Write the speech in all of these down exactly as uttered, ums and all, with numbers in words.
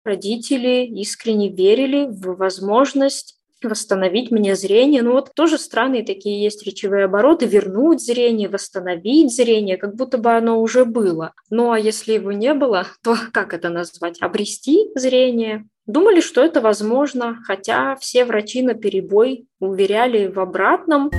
Родители искренне верили в возможность восстановить мне зрение. Ну вот тоже странные такие есть речевые обороты: вернуть зрение, восстановить зрение, как будто бы оно уже было. Ну а если его не было, то как это назвать? Обрести зрение? Думали, что это возможно, хотя все врачи наперебой уверяли в обратном.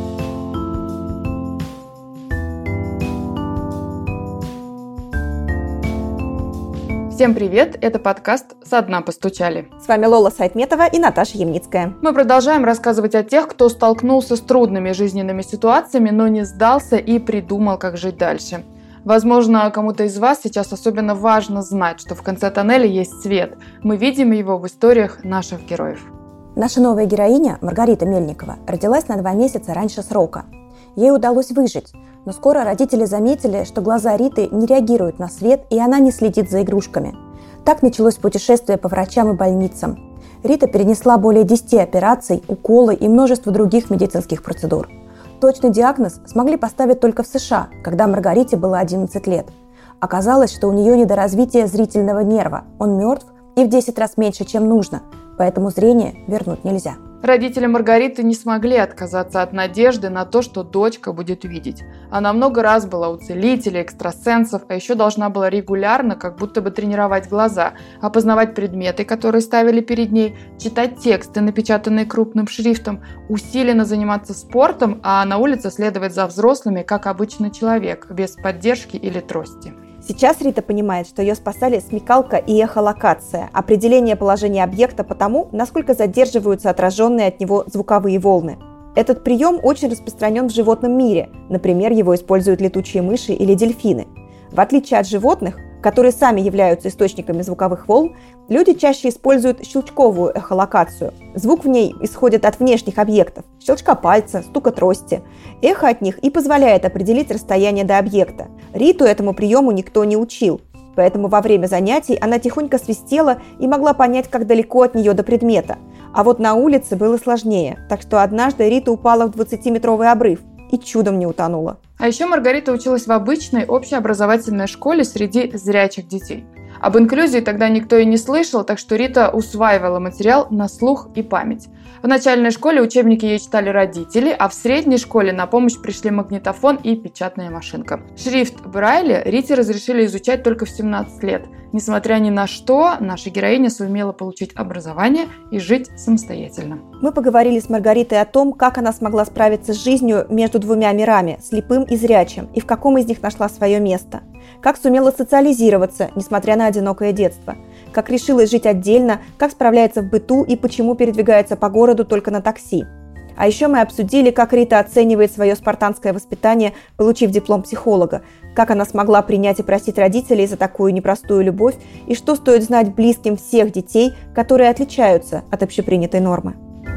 Всем привет! Это подкаст «Со дна постучали». С вами Лола Сайтметова и Наташа Ямницкая. Мы продолжаем рассказывать о тех, кто столкнулся с трудными жизненными ситуациями, но не сдался и придумал, как жить дальше. Возможно, кому-то из вас сейчас особенно важно знать, что в конце тоннеля есть свет. Мы видим его в историях наших героев. Наша новая героиня, Маргарита Мельникова, родилась на два месяца раньше срока. Ей удалось выжить, но скоро родители заметили, что глаза Риты не реагируют на свет, и она не следит за игрушками. Так началось путешествие по врачам и больницам. Рита перенесла более десяти операций, уколы и множество других медицинских процедур. Точный диагноз смогли поставить только в США, когда Маргарите было одиннадцать лет. Оказалось, что у нее недоразвитие зрительного нерва, он мертв и в десять раз меньше, чем нужно, поэтому зрение вернуть нельзя. Родители Маргариты не смогли отказаться от надежды на то, что дочка будет видеть. Она много раз была у целителей, экстрасенсов, а еще должна была регулярно как будто бы тренировать глаза, опознавать предметы, которые ставили перед ней, читать тексты, напечатанные крупным шрифтом, усиленно заниматься спортом, а на улице следовать за взрослыми, как обычный человек, без поддержки или трости. Сейчас Рита понимает, что ее спасали смекалка и эхолокация, определение положения объекта по тому, насколько задерживаются отраженные от него звуковые волны. Этот прием очень распространен в животном мире, например, его используют летучие мыши или дельфины. В отличие от животных, которые сами являются источниками звуковых волн, люди чаще используют щелчковую эхолокацию. Звук в ней исходит от внешних объектов – щелчка пальца, стука трости. Эхо от них и позволяет определить расстояние до объекта. Риту этому приему никто не учил, поэтому во время занятий она тихонько свистела и могла понять, как далеко от нее до предмета. А вот на улице было сложнее, так что однажды Рита упала в двадцатиметровый обрыв и чудом не утонула. А еще Маргарита училась в обычной общеобразовательной школе среди зрячих детей. Об инклюзии тогда никто и не слышал, так что Рита усваивала материал на слух и память. В начальной школе учебники ей читали родители, а в средней школе на помощь пришли магнитофон и печатная машинка. Шрифт Брайля Рите разрешили изучать только в семнадцать лет. Несмотря ни на что, наша героиня сумела получить образование и жить самостоятельно. Мы поговорили с Маргаритой о том, как она смогла справиться с жизнью между двумя мирами, слепым и зрячим, и в каком из них нашла свое место. Как сумела социализироваться, несмотря на одинокое детство. Как решилась жить отдельно, как справляется в быту и почему передвигается по городу только на такси. А еще мы обсудили, как Рита оценивает свое спартанское воспитание, получив диплом психолога, как она смогла принять и простить родителей за такую непростую любовь, и что стоит знать близким всех детей, которые отличаются от общепринятой нормы.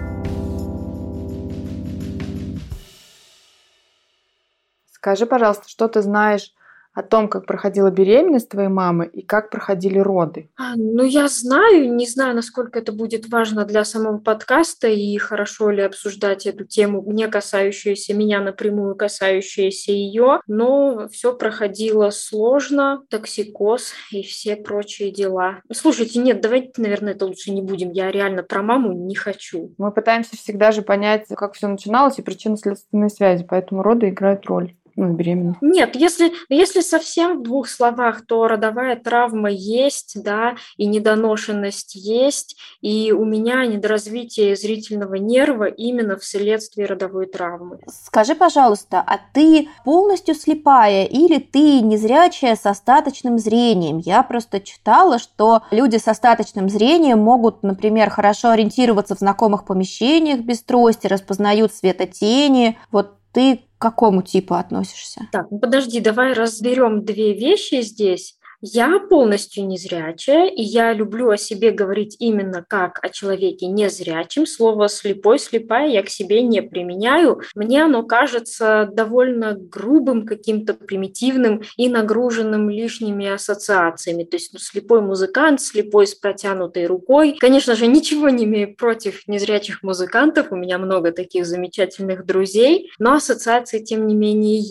Скажи, пожалуйста, что ты знаешь о том, как проходила беременность твоей мамы и как проходили роды? А, ну, я знаю, не знаю, насколько это будет важно для самого подкаста и хорошо ли обсуждать эту тему, не касающуюся меня напрямую, касающуюся ее, но все проходило сложно, токсикоз и все прочие дела. Слушайте, нет, давайте, наверное, это лучше не будем, я реально про маму не хочу. Мы пытаемся всегда же понять, как все начиналось и причинно-следственные связи, поэтому роды играют роль. Ну, беременна. Нет, если, если совсем в двух словах, то родовая травма есть, да, и недоношенность есть, и у меня недоразвитие зрительного нерва именно вследствие родовой травмы. Скажи, пожалуйста, а ты полностью слепая или ты незрячая с остаточным зрением? Я просто читала, что люди с остаточным зрением могут, например, хорошо ориентироваться в знакомых помещениях без трости, распознают светотени. Вот ты к какому типу относишься? Так, ну подожди, давай разберем две вещи здесь. Я полностью незрячая, и я люблю о себе говорить именно как о человеке незрячем. Слово «слепой», «слепая» я к себе не применяю. Мне оно кажется довольно грубым, каким-то примитивным и нагруженным лишними ассоциациями. То есть ну, слепой музыкант, слепой с протянутой рукой. Конечно же, ничего не имею против незрячих музыкантов, у меня много таких замечательных друзей, но ассоциации, тем не менее, есть.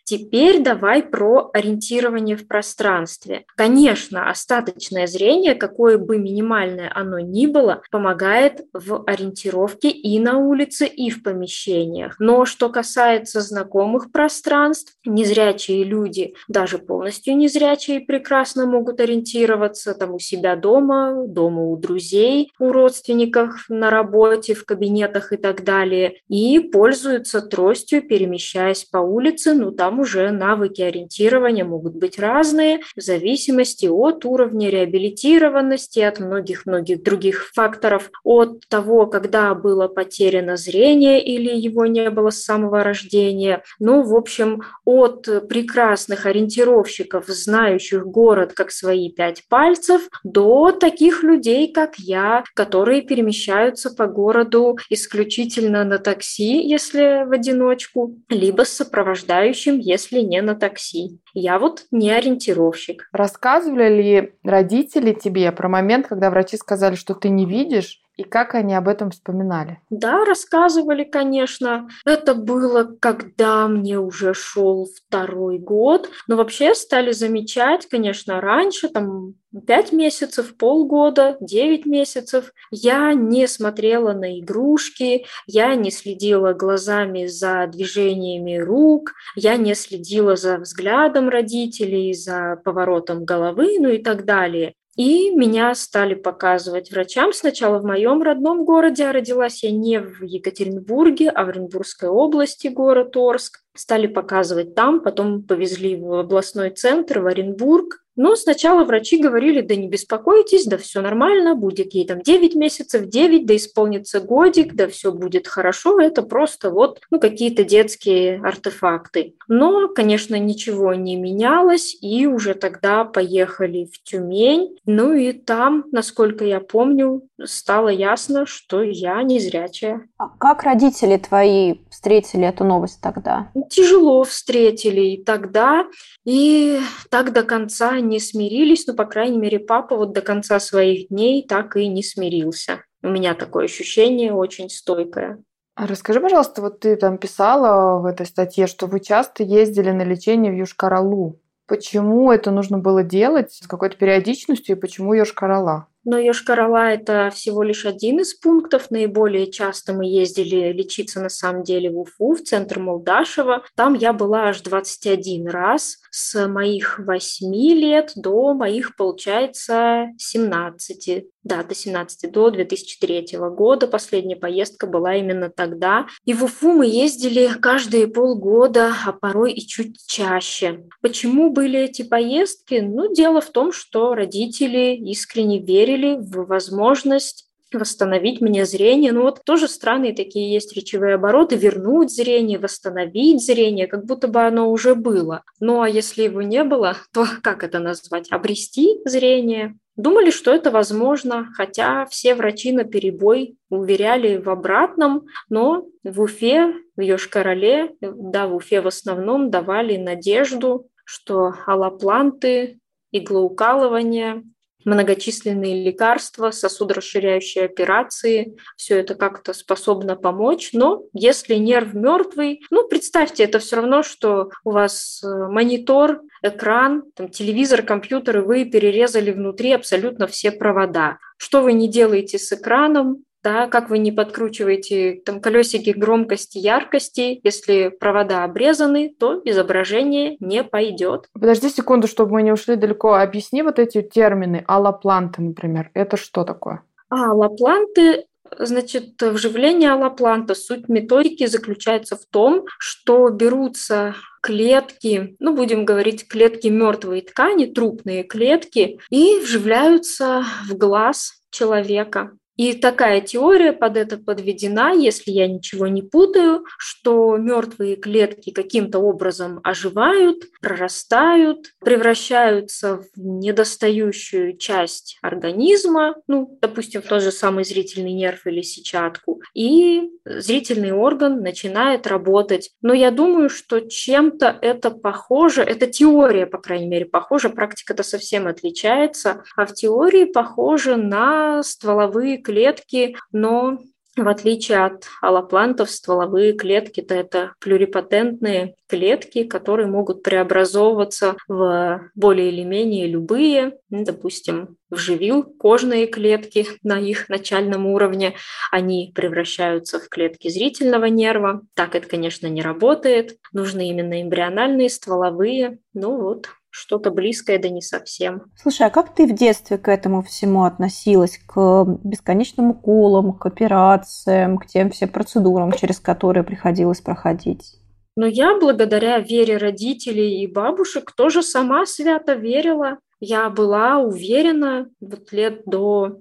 Теперь давай про ориентирование в пространстве. Конечно, остаточное зрение, какое бы минимальное оно ни было, помогает в ориентировке и на улице, и в помещениях. Но что касается знакомых пространств, незрячие люди, даже полностью незрячие, прекрасно могут ориентироваться там у себя дома, дома у друзей, у родственников, на работе, в кабинетах и так далее, и пользуются тростью, перемещаясь по улице. Ну, там уже навыки ориентирования могут быть разные в зависимости от уровня реабилитированности, от многих-многих других факторов, от того, когда было потеряно зрение или его не было с самого рождения. Ну, в общем, от прекрасных ориентировщиков, знающих город как свои пять пальцев, до таких людей, как я, которые перемещаются по городу исключительно на такси, если в одиночку, либо с сопровождающим, если не на такси. Я вот не ориентировщик. Рассказывали ли родители тебе про момент, когда врачи сказали, что ты не видишь, и как они об этом вспоминали? Да, рассказывали, конечно. Это было, когда мне уже шел второй год. Но вообще стали замечать, конечно, раньше, там, пять месяцев, полгода, девять месяцев. Я не смотрела на игрушки, я не следила глазами за движениями рук, я не следила за взглядом родителей, за поворотом головы, ну и так далее. И меня стали показывать врачам сначала в моем родном городе, а родилась я не в Екатеринбурге, а в Оренбургской области, город Орск. Стали показывать там, потом повезли в областной центр, в Оренбург. Но сначала врачи говорили: да не беспокойтесь, да все нормально, будет ей там девять месяцев, девять, да исполнится годик, да все будет хорошо, это просто вот ну, какие-то детские артефакты. Но, конечно, ничего не менялось, и уже тогда поехали в Тюмень. Ну и там, насколько я помню, стало ясно, что я незрячая. А как родители твои встретили эту новость тогда? Тяжело встретили и тогда, и так до конца не смирились, ну, по крайней мере, папа вот до конца своих дней так и не смирился. У меня такое ощущение очень стойкое. А расскажи, пожалуйста, вот ты там писала в этой статье, что вы часто ездили на лечение в Йошкар-Олу. Почему это нужно было делать с какой-то периодичностью и почему Йошкар-Ола? Но Йошкар-Ола – это всего лишь один из пунктов. Наиболее часто мы ездили лечиться на самом деле в Уфу, в центр Молдашева. Там я была аж двадцать один раз с моих восьми лет до моих, получается, семнадцати. Да, до семнадцати, до две тысячи третьего года. Последняя поездка была именно тогда. И в Уфу мы ездили каждые полгода, а порой и чуть чаще. Почему были эти поездки? Ну, дело в том, что родители искренне верили в возможность восстановить мне зрение. Ну вот тоже странные такие есть речевые обороты: вернуть зрение, восстановить зрение, как будто бы оно уже было. Ну а если его не было, то как это назвать? Обрести зрение? Думали, что это возможно, хотя все врачи наперебой уверяли в обратном, но в Уфе, в Йошкар-Оле, да, в Уфе в основном давали надежду, что аллопланты, иглоукалывание, многочисленные лекарства, сосудорасширяющие операции, все это как-то способно помочь. Но если нерв мертвый, ну, представьте, это все равно, что у вас монитор, экран, там, телевизор, компьютер, и вы перерезали внутри абсолютно все провода. Что вы не делаете с экраном, да, как вы не подкручиваете там колесики громкости, яркости, если провода обрезаны, то изображение не пойдет. Подожди секунду, чтобы мы не ушли далеко. Объясни вот эти термины. Аллопланты, например. Это что такое? А, аллопланты, значит, вживление аллопланта. Суть методики заключается в том, что берутся клетки, ну, будем говорить, клетки мертвой ткани, трупные клетки, и вживляются в глаз человека. И такая теория под это подведена, если я ничего не путаю, что мертвые клетки каким-то образом оживают, прорастают, превращаются в недостающую часть организма, ну, допустим, в тот же самый зрительный нерв или сетчатку, и зрительный орган начинает работать. Но я думаю, что чем-то это похоже, это теория, по крайней мере, похожа, практика-то совсем отличается, а в теории похоже на стволовые клетки, но В отличие от аллоплантов, стволовые клетки-то это плюрипотентные клетки, которые могут преобразовываться в более или менее любые, ну, допустим, вживил кожные клетки на их начальном уровне, они превращаются в клетки зрительного нерва. Так это, конечно, не работает. Нужны именно эмбриональные, стволовые. Ну вот, что-то близкое, да не совсем. Слушай, а как ты в детстве к этому всему относилась? К бесконечным уколам, к операциям, к тем всем процедурам, через которые приходилось проходить? Но я, благодаря вере родителей и бабушек, тоже сама свято верила. Я была уверена вот лет до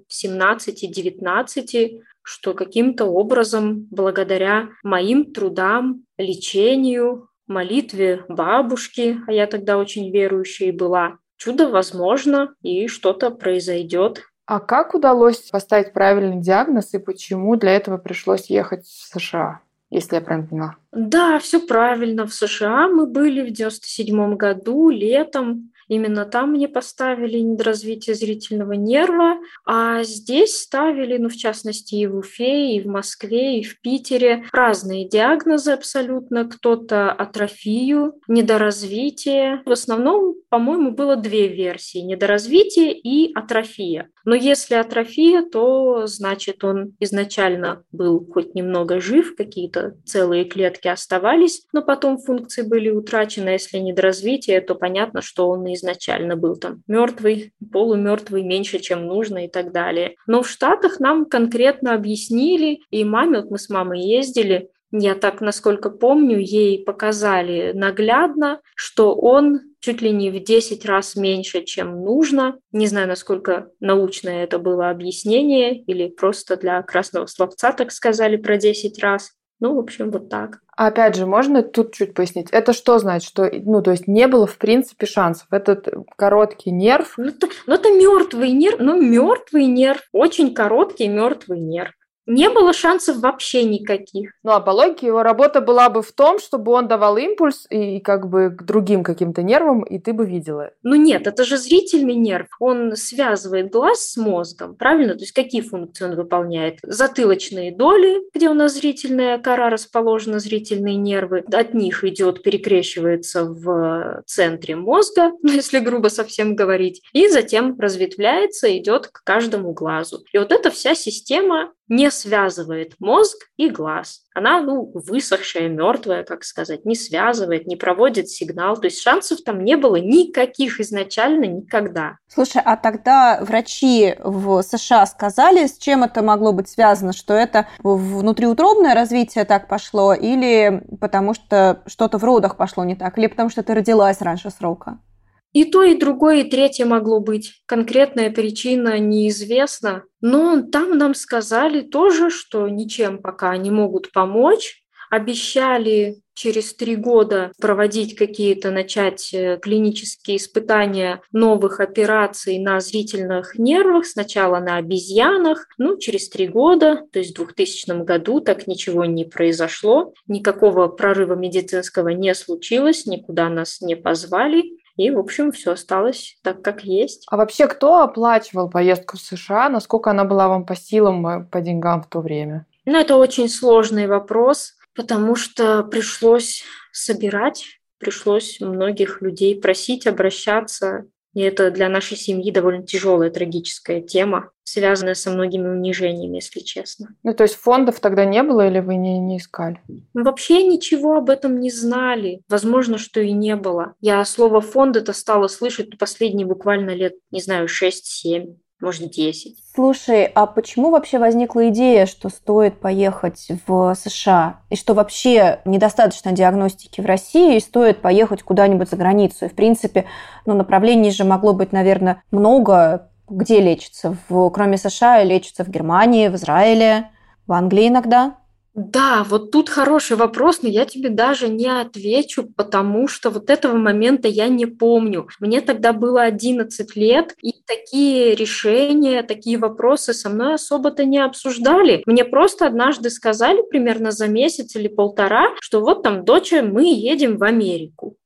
семнадцати-девятнадцати, что каким-то образом, благодаря моим трудам, лечению, молитве бабушки, а я тогда очень верующей была, чудо возможно и что-то произойдет. А как удалось поставить правильный диагноз и почему для этого пришлось ехать в США, если я правильно поняла? Да, все правильно. В США мы были в девяносто седьмом году, летом. Именно там мне поставили недоразвитие зрительного нерва, а здесь ставили, ну, в частности, и в Уфе, и в Москве, и в Питере разные диагнозы абсолютно. Кто-то атрофию, недоразвитие. В основном, по-моему, было две версии – недоразвитие и атрофия. Но если атрофия, то значит он изначально был хоть немного жив, какие-то целые клетки оставались, но потом функции были утрачены. Если недоразвитие, то понятно, что он изначально был там мертвый, полумертвый, меньше, чем нужно и так далее. Но в Штатах нам конкретно объяснили, и маме, вот мы с мамой ездили, я так, насколько помню, ей показали наглядно, что он чуть ли не в десять раз меньше, чем нужно. Не знаю, насколько научное это было объяснение, или просто для красного словца так сказали про десять раз. Ну, в общем, вот так. А опять же, можно тут чуть пояснить? Это что значит? Что, ну, то есть не было в принципе шансов. Этот короткий нерв. Ну, это, ну, это мертвый нерв, ну, мертвый нерв, очень короткий мертвый нерв. Не было шансов вообще никаких. Ну, а по логике его работа была бы в том, чтобы он давал импульс и как бы к другим каким-то нервам, и ты бы видела. Ну нет, это же зрительный нерв. Он связывает глаз с мозгом, правильно? То есть какие функции он выполняет? Затылочные доли, где у нас зрительная кора расположена, зрительные нервы. От них идет, перекрещивается в центре мозга, ну, если грубо совсем говорить, и затем разветвляется, идет к каждому глазу. И вот эта вся система не связывает мозг и глаз. Она, ну, высохшая, мертвая, как сказать, не связывает, не проводит сигнал. То есть шансов там не было никаких изначально никогда. Слушай, а тогда врачи в США сказали, с чем это могло быть связано? Что это внутриутробное развитие так пошло, или потому что что-то в родах пошло не так, или потому что ты родилась раньше срока? И то, и другое, и третье могло быть. Конкретная причина неизвестна. Но там нам сказали тоже, что ничем пока не могут помочь. Обещали через три года проводить какие-то, начать клинические испытания новых операций на зрительных нервах, сначала на обезьянах, ну, через три года, то есть в двухтысячном году так ничего не произошло, никакого прорыва медицинского не случилось, никуда нас не позвали. И, в общем, все осталось так, как есть. А вообще, кто оплачивал поездку в США? Насколько она была вам по силам, по деньгам в то время? Ну, это очень сложный вопрос, потому что пришлось собирать, пришлось многих людей просить, обращаться. И это для нашей семьи довольно тяжелая, трагическая тема, связанная со многими унижениями, если честно. Ну, то есть фондов тогда не было или вы не, не искали? Мы вообще ничего об этом не знали. Возможно, что и не было. Я слово «фонд» это стала слышать последние буквально лет, не знаю, шесть-семь. Может, десять. Слушай, а почему вообще возникла идея, что стоит поехать в США? И что вообще недостаточно диагностики в России, и стоит поехать куда-нибудь за границу? И, в принципе, ну, направлений же могло быть, наверное, много. Где лечится? В, кроме США лечится в Германии, в Израиле, в Англии иногда? Да, вот тут хороший вопрос, но я тебе даже не отвечу, потому что вот этого момента я не помню. Мне тогда было одиннадцать лет, и такие решения, такие вопросы со мной особо-то не обсуждали. Мне просто однажды сказали примерно за месяц или полтора, что вот там, доча, мы едем в Америку.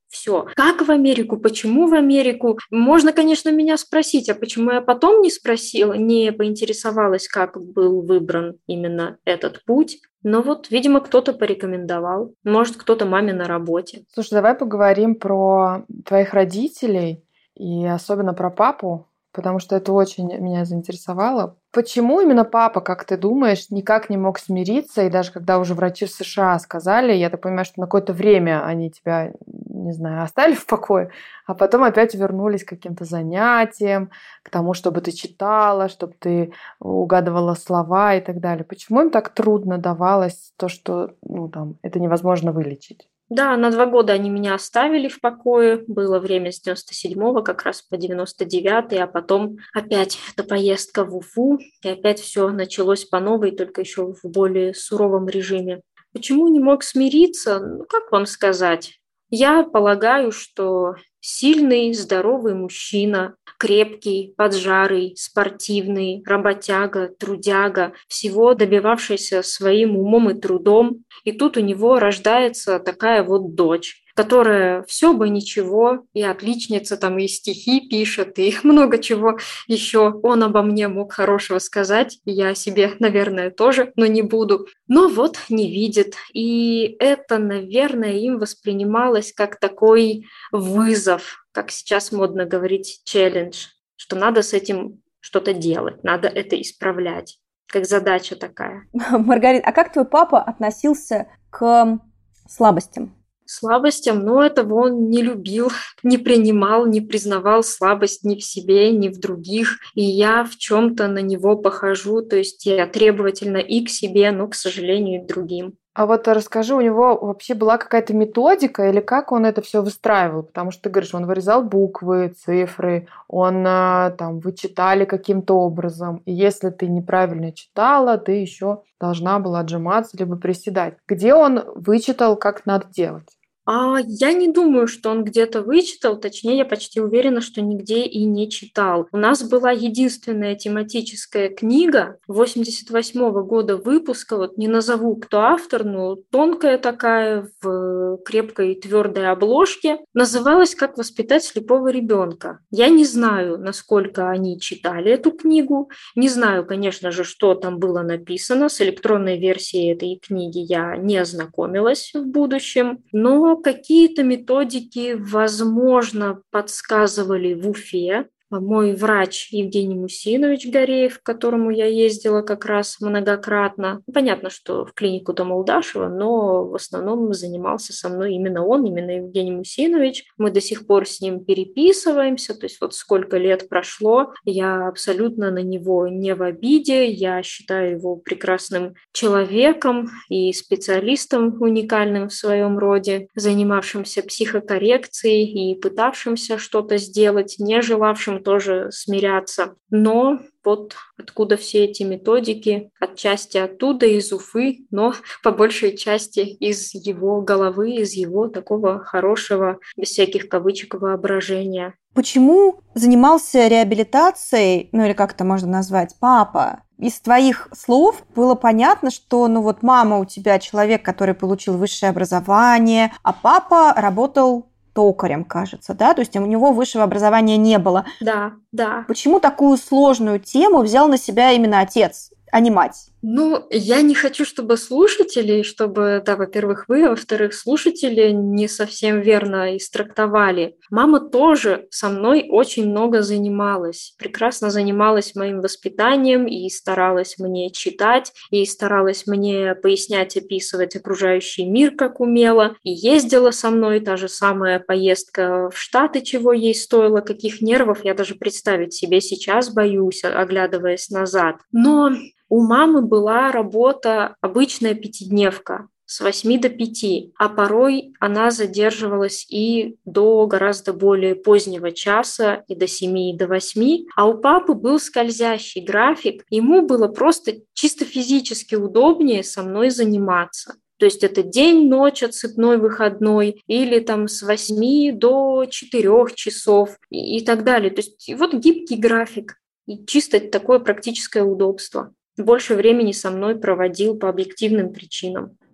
Все. Как в Америку? Почему в Америку? Можно, конечно, меня спросить, а почему я потом не спросила, не поинтересовалась, как был выбран именно этот путь. Но вот, видимо, кто-то порекомендовал. Может, кто-то маме на работе. Слушай, давай поговорим про твоих родителей и особенно про папу, потому что это очень меня заинтересовало. Почему именно папа, как ты думаешь, никак не мог смириться, и даже когда уже врачи в США сказали, я так понимаю, что на какое-то время они тебя, не знаю, оставили в покое, а потом опять вернулись к каким-то занятиям, к тому, чтобы ты читала, чтобы ты угадывала слова и так далее. Почему им так трудно давалось то, что ну, там, это невозможно вылечить? Да, на два года они меня оставили в покое. Было время с девяносто седьмого как раз по девяносто девятый, а потом опять эта поездка в Уфу, и опять все началось по новой, только еще в более суровом режиме. Почему не мог смириться? Ну, как вам сказать? Я полагаю, что сильный, здоровый мужчина, крепкий, поджарый, спортивный, работяга, трудяга, всего добивавшийся своим умом и трудом. И тут у него рождается такая вот дочь, которая все бы ничего, и отличница там, и стихи пишет, и много чего еще он обо мне мог хорошего сказать, и я о себе, наверное, тоже, но не буду. Но вот не видит, и это, наверное, им воспринималось как такой вызов, как сейчас модно говорить, челлендж, что надо с этим что-то делать, надо это исправлять, как задача такая. Маргарита, а как твой папа относился к слабостям? Слабостям, но этого он не любил, не принимал, не признавал слабость ни в себе, ни в других. И я в чем-то на него похожу, то есть я требовательна и к себе, но, к сожалению, и к другим. А вот расскажи, у него вообще была какая-то методика или как он это все выстраивал? Потому что ты говоришь, он вырезал буквы, цифры, он там вы читали каким-то образом. И если ты неправильно читала, ты еще должна была отжиматься либо приседать. Где он вычитал, как надо делать? А я не думаю, что он где-то вычитал, точнее, я почти уверена, что нигде и не читал. У нас была единственная тематическая книга восемьдесят восьмого года выпуска, вот не назову, кто автор, но тонкая такая, в крепкой твердой обложке, называлась «Как воспитать слепого ребенка». Я не знаю, насколько они читали эту книгу, не знаю, конечно же, что там было написано, с электронной версией этой книги я не ознакомилась в будущем, но какие-то методики, возможно, подсказывали в Уфе. Мой врач Евгений Мусинович Гореев, к которому я ездила как раз многократно. Понятно, что в клинику до Молдашева, но в основном занимался со мной именно он, именно Евгений Мусинович. Мы до сих пор с ним переписываемся, то есть вот сколько лет прошло, я абсолютно на него не в обиде, я считаю его прекрасным человеком и специалистом уникальным в своем роде, занимавшимся психокоррекцией и пытавшимся что-то сделать, не желавшим тоже смиряться. Но вот откуда все эти методики, отчасти оттуда, из Уфы, но по большей части из его головы, из его такого хорошего, без всяких кавычек, воображения. Почему занимался реабилитацией, ну или как это можно назвать, папа? Из твоих слов было понятно, что ну вот мама у тебя человек, который получил высшее образование, а папа работал токарем, кажется, да? То есть у него высшего образования не было. Да, да. Почему такую сложную тему взял на себя именно отец, а не мать? Ну, я не хочу, чтобы слушатели, чтобы, да, во-первых, вы, а во-вторых, слушатели не совсем верно истрактовали. Мама тоже со мной очень много занималась, прекрасно занималась моим воспитанием и старалась мне читать, и старалась мне пояснять, описывать окружающий мир, как умела, и ездила со мной, та же самая поездка в Штаты, чего ей стоило, каких нервов, я даже представить себе сейчас боюсь, оглядываясь назад. Но у мамы была работа, обычная пятидневка, с восьми до пяти, а порой она задерживалась и до гораздо более позднего часа, и до семи, и до восьми, а у папы был скользящий график, ему было просто чисто физически удобнее со мной заниматься. То есть это день, ночь, отсыпной, выходной, или там с восьми до четырёх часов и, и так далее. То есть вот гибкий график и чисто такое практическое удобство. Больше времени со мной проводил по объективным причинам.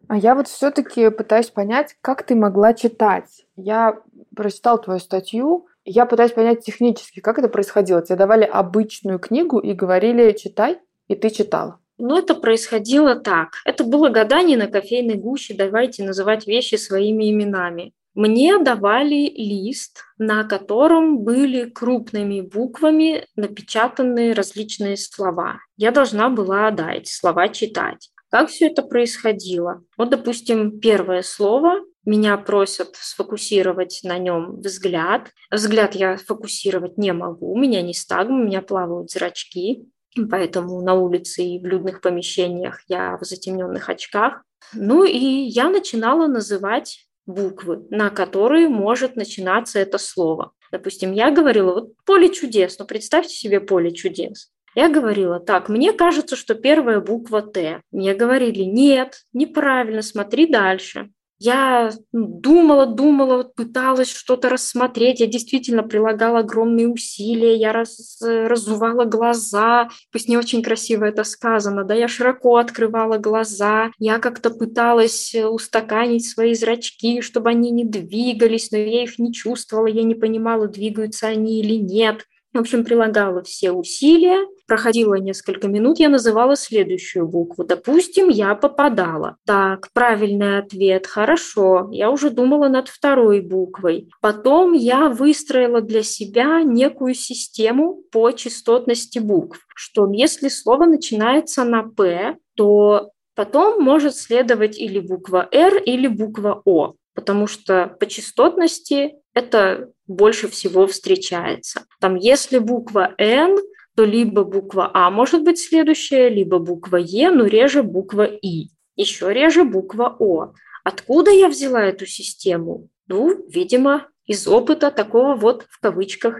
А я вот все-таки пытаюсь понять, как ты могла читать. Я прочитала твою статью, и я пытаюсь понять технически, как это происходило. Тебе давали обычную книгу и говорили «читай», и ты читала. Ну, это происходило так. Это было гадание на кофейной гуще, давайте называть вещи своими именами. Мне давали лист, на котором были крупными буквами напечатаны различные слова. Я должна была, да, эти слова читать. Как все это происходило? Вот, допустим, первое слово. Меня просят сфокусировать на нем взгляд. Взгляд я фокусировать не могу, у меня нистагм, у меня плавают зрачки. Поэтому на улице и в людных помещениях я в затемненных очках. Ну и я начинала называть буквы, на которые может начинаться это слово. Допустим, я говорила, вот поле чудес, ну представьте себе поле чудес. Я говорила, так, мне кажется, что первая буква Т. Мне говорили, нет, неправильно, смотри дальше. Я думала, думала, пыталась что-то рассмотреть. Я действительно прилагала огромные усилия. Я раз, разувала глаза. Пусть не очень красиво это сказано, да, я широко открывала глаза. Я как-то пыталась устаканить свои зрачки, чтобы они не двигались, но я их не чувствовала, я не понимала, двигаются они или нет. В общем, прилагала все усилия, проходило несколько минут, я называла следующую букву. Допустим, я попадала. Так, правильный ответ, хорошо. Я уже думала над второй буквой. Потом я выстроила для себя некую систему по частотности букв, что если слово начинается на «П», то потом может следовать или буква «Р», или буква «О», потому что по частотности это больше всего встречается. Там, если буква «Н», то либо буква «А» может быть следующая, либо буква «Е», но реже буква «И». Еще реже буква «О». Откуда я взяла эту систему? Ну, видимо, из опыта такого вот, в кавычках,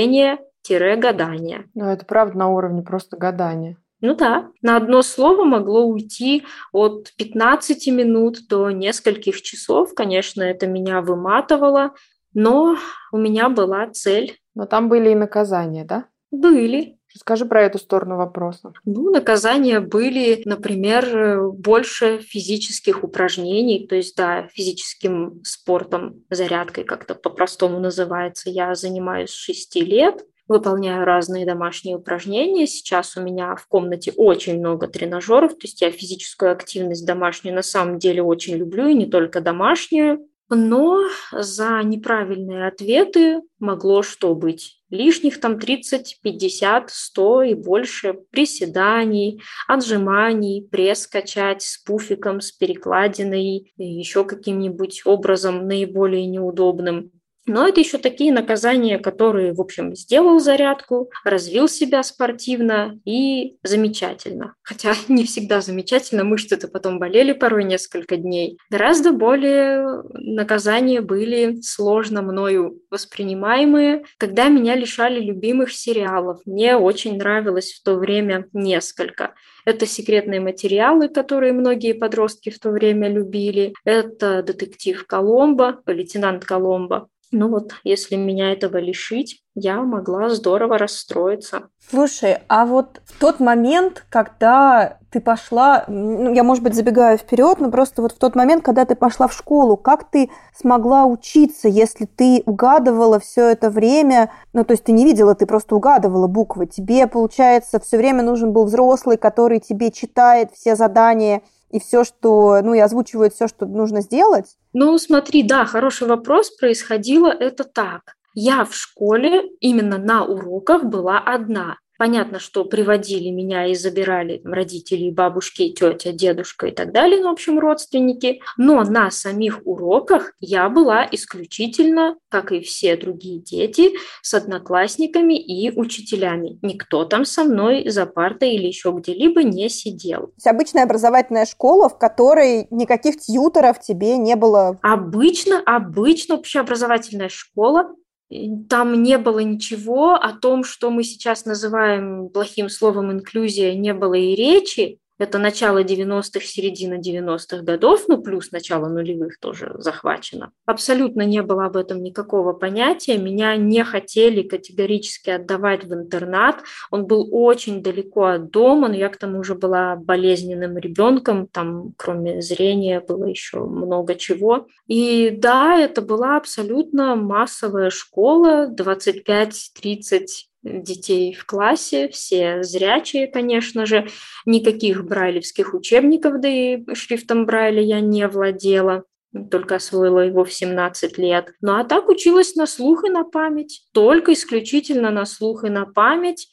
чтения-гадания. Ну, это правда на уровне просто гадания. Ну да, на одно слово могло уйти от пятнадцати минут до нескольких часов. Конечно, это меня выматывало, но у меня была цель. Но там были и наказания, да? Были. Расскажи про эту сторону вопроса. Ну, наказания были, например, больше физических упражнений, то есть, да, физическим спортом, зарядкой как-то по-простому называется. Я занимаюсь с шести лет, выполняю разные домашние упражнения. Сейчас у меня в комнате очень много тренажеров, то есть я физическую активность домашнюю на самом деле очень люблю, и не только домашнюю. Но за неправильные ответы могло что быть? Лишних там тридцать, пятьдесят, сто и больше приседаний, отжиманий, пресс качать с пуфиком, с перекладиной, и еще каким-нибудь образом наиболее неудобным. Но это еще такие наказания, которые, в общем, сделал зарядку, развил себя спортивно и замечательно. Хотя не всегда замечательно, мышцы-то потом болели порой несколько дней. Гораздо более наказания были сложно мною воспринимаемые, когда меня лишали любимых сериалов. Мне очень нравилось в то время несколько. Это секретные материалы, которые многие подростки в то время любили. Это детектив Коломбо, лейтенант Коломбо. Ну вот, если меня этого лишить, я могла здорово расстроиться. Слушай, а вот в тот момент, когда ты пошла, ну, я, может быть, забегаю вперед, но просто вот в тот момент, когда ты пошла в школу, как ты смогла учиться, если ты угадывала все это время, ну, то есть ты не видела, ты просто угадывала буквы. Тебе, получается, все время нужен был взрослый, который тебе читает все задания и все, что, ну, и озвучивает все, что нужно сделать? Ну, смотри, да, хороший вопрос. Происходило это так. Я в школе именно на уроках была одна. Понятно, что приводили меня и забирали там, родители, бабушки, тетя, дедушка и так далее, ну, в общем, родственники. Но на самих уроках я была исключительно, как и все другие дети, с одноклассниками и учителями. Никто там со мной за партой или еще где-либо не сидел. То есть обычная образовательная школа, в которой никаких тьюторов тебе не было? Обычно, обычно общеобразовательная школа. Там не было ничего о том, что мы сейчас называем плохим словом инклюзия, не было и речи. Это начало девяностых, середина девяностых годов, ну плюс начало нулевых тоже захвачено. Абсолютно не было об этом никакого понятия. Меня не хотели категорически отдавать в интернат. Он был очень далеко от дома, но я к тому же была болезненным ребенком. Там, кроме зрения, было еще много чего. И да, это была абсолютно массовая школа, двадцать пять тридцать детей в классе, все зрячие, конечно же, никаких брайлевских учебников, да и шрифтом Брайля я не владела, только освоила его в семнадцать лет. Ну а так училась на слух и на память, только исключительно на слух и на память.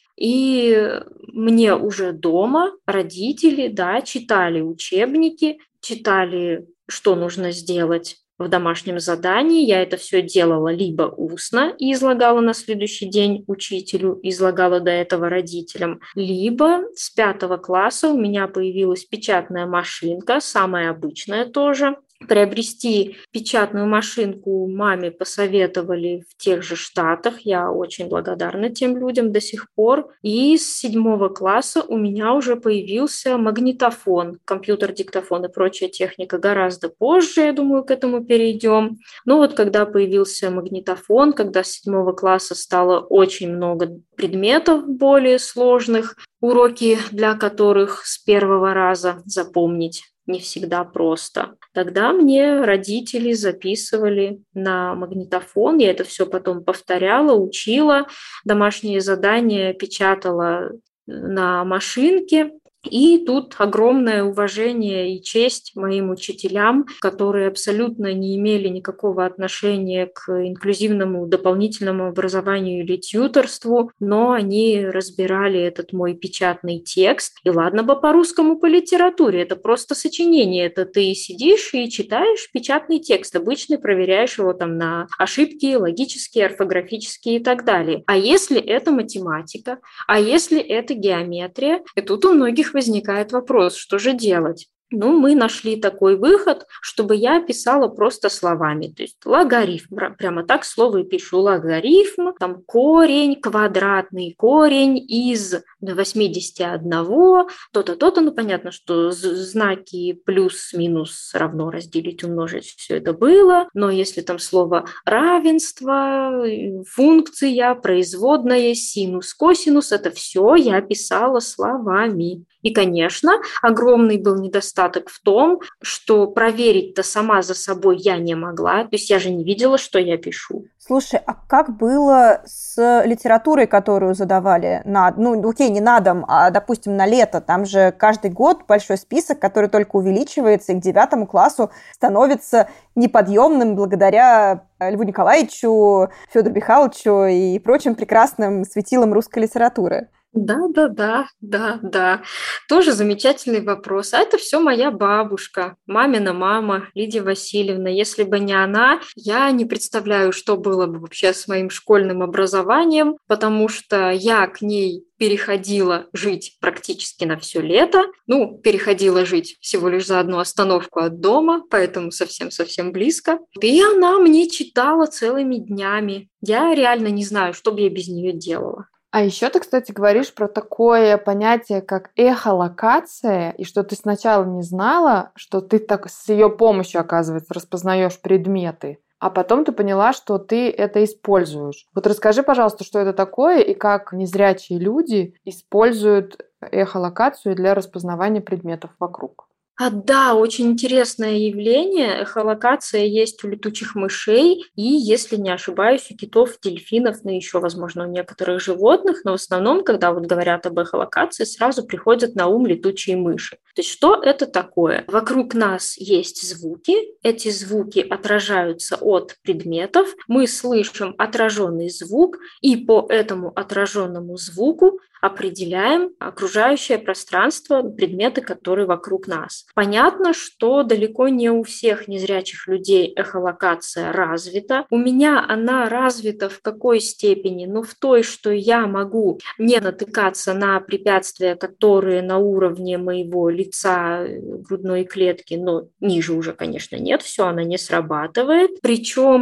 И мне уже дома родители, да, читали учебники, читали, что нужно сделать в домашнем задании. Я это все делала либо устно и излагала на следующий день учителю, излагала до этого родителям, либо с пятого класса у меня появилась печатная машинка, самая обычная тоже. Приобрести печатную машинку маме посоветовали в тех же Штатах. Я очень благодарна тем людям до сих пор. И с седьмого класса у меня уже появился магнитофон, компьютер-диктофон и прочая техника гораздо позже, я думаю, к этому перейдем. Но вот когда появился магнитофон, когда с седьмого класса стало очень много предметов более сложных, уроки для которых с первого раза запомнить не всегда просто. Тогда мне родители записывали на магнитофон, я это все потом повторяла, учила, домашние задания печатала на машинке. И тут огромное уважение и честь моим учителям, которые абсолютно не имели никакого отношения к инклюзивному дополнительному образованию или тьюторству, но они разбирали этот мой печатный текст. И ладно бы по-русскому, по литературе, это просто сочинение, это ты сидишь и читаешь печатный текст, обычный, проверяешь его там на ошибки логические, орфографические и так далее. А если это математика, а если это геометрия, и тут у многих возникает вопрос, что же делать? Ну, мы нашли такой выход, чтобы я писала просто словами. То есть логарифм, прямо так слово и пишу. Логарифм, там корень, квадратный корень из восемьдесят один, то-то, то-то. Ну, понятно, что знаки плюс-минус равно разделить, умножить, все это было. Но если там слово равенство, функция, производная, синус, косинус, это все я писала словами. И, конечно, огромный был недостаток в том, что проверить-то сама за собой я не могла. То есть я же не видела, что я пишу. Слушай, а как было с литературой, которую задавали на, ну, окей, не на дом, а, допустим, на лето? Там же каждый год большой список, который только увеличивается, и к девятому классу становится неподъемным благодаря Льву Николаевичу, Федору Михайловичу и прочим прекрасным светилам русской литературы. Да, да, да, да, да. Тоже замечательный вопрос. А это все моя бабушка, мамина мама, Лидия Васильевна. Если бы не она, я не представляю, что было бы вообще с моим школьным образованием, потому что я к ней переходила жить практически на все лето. Ну, переходила жить всего лишь за одну остановку от дома, поэтому совсем-совсем близко. И она мне читала целыми днями. Я реально не знаю, что бы я без нее делала. А еще ты, кстати, говоришь про такое понятие, как эхолокация, и что ты сначала не знала, что ты так с ее помощью, оказывается, распознаешь предметы, а потом ты поняла, что ты это используешь. Вот расскажи, пожалуйста, что это такое и как незрячие люди используют эхолокацию для распознавания предметов вокруг. А, да, очень интересное явление. Эхолокация есть у летучих мышей и, если не ошибаюсь, у китов, дельфинов, ну еще, возможно, у некоторых животных, но в основном, когда вот говорят об эхолокации, сразу приходят на ум летучие мыши. То есть что это такое? Вокруг нас есть звуки, эти звуки отражаются от предметов, мы слышим отраженный звук, и по этому отраженному звуку определяем окружающее пространство, предметы, которые вокруг нас. Понятно, что далеко не у всех незрячих людей эхолокация развита. У меня она развита в какой степени? Ну, в той, что я могу не натыкаться на препятствия, которые на уровне моего лица, грудной клетки, но ниже уже, конечно, нет, все, она не срабатывает. Причем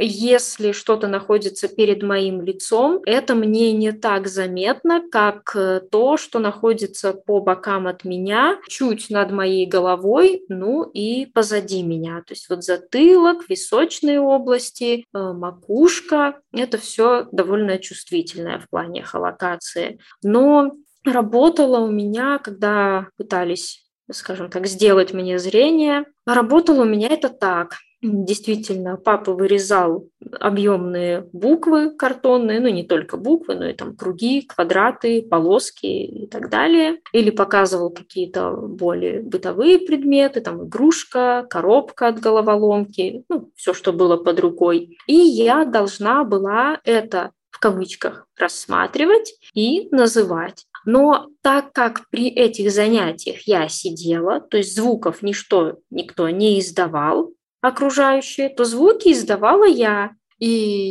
если что-то находится перед моим лицом, это мне не так заметно, как то, что находится по бокам от меня, чуть над моей головой, ну и позади меня. То есть вот затылок, височные области, макушка – это все довольно чувствительное в плане эхолокации. Но работало у меня, когда пытались, скажем так, сделать мне зрение, работало у меня это так. Действительно, папа вырезал объемные буквы картонные, ну не только буквы, но и там круги, квадраты, полоски и так далее. Или показывал какие-то более бытовые предметы, там игрушка, коробка от головоломки, ну все, что было под рукой. И я должна была это в кавычках рассматривать и называть. Но так как при этих занятиях я сидела, то есть звуков ничто, никто не издавал, окружающие, то звуки издавала я. И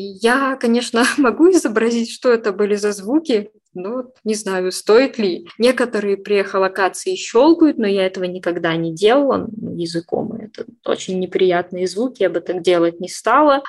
я, конечно, могу изобразить, что это были за звуки, но не знаю, стоит ли. Некоторые при эхолокации щелкают, но я этого никогда не делала языком. Это очень неприятные звуки, я бы так делать не стала.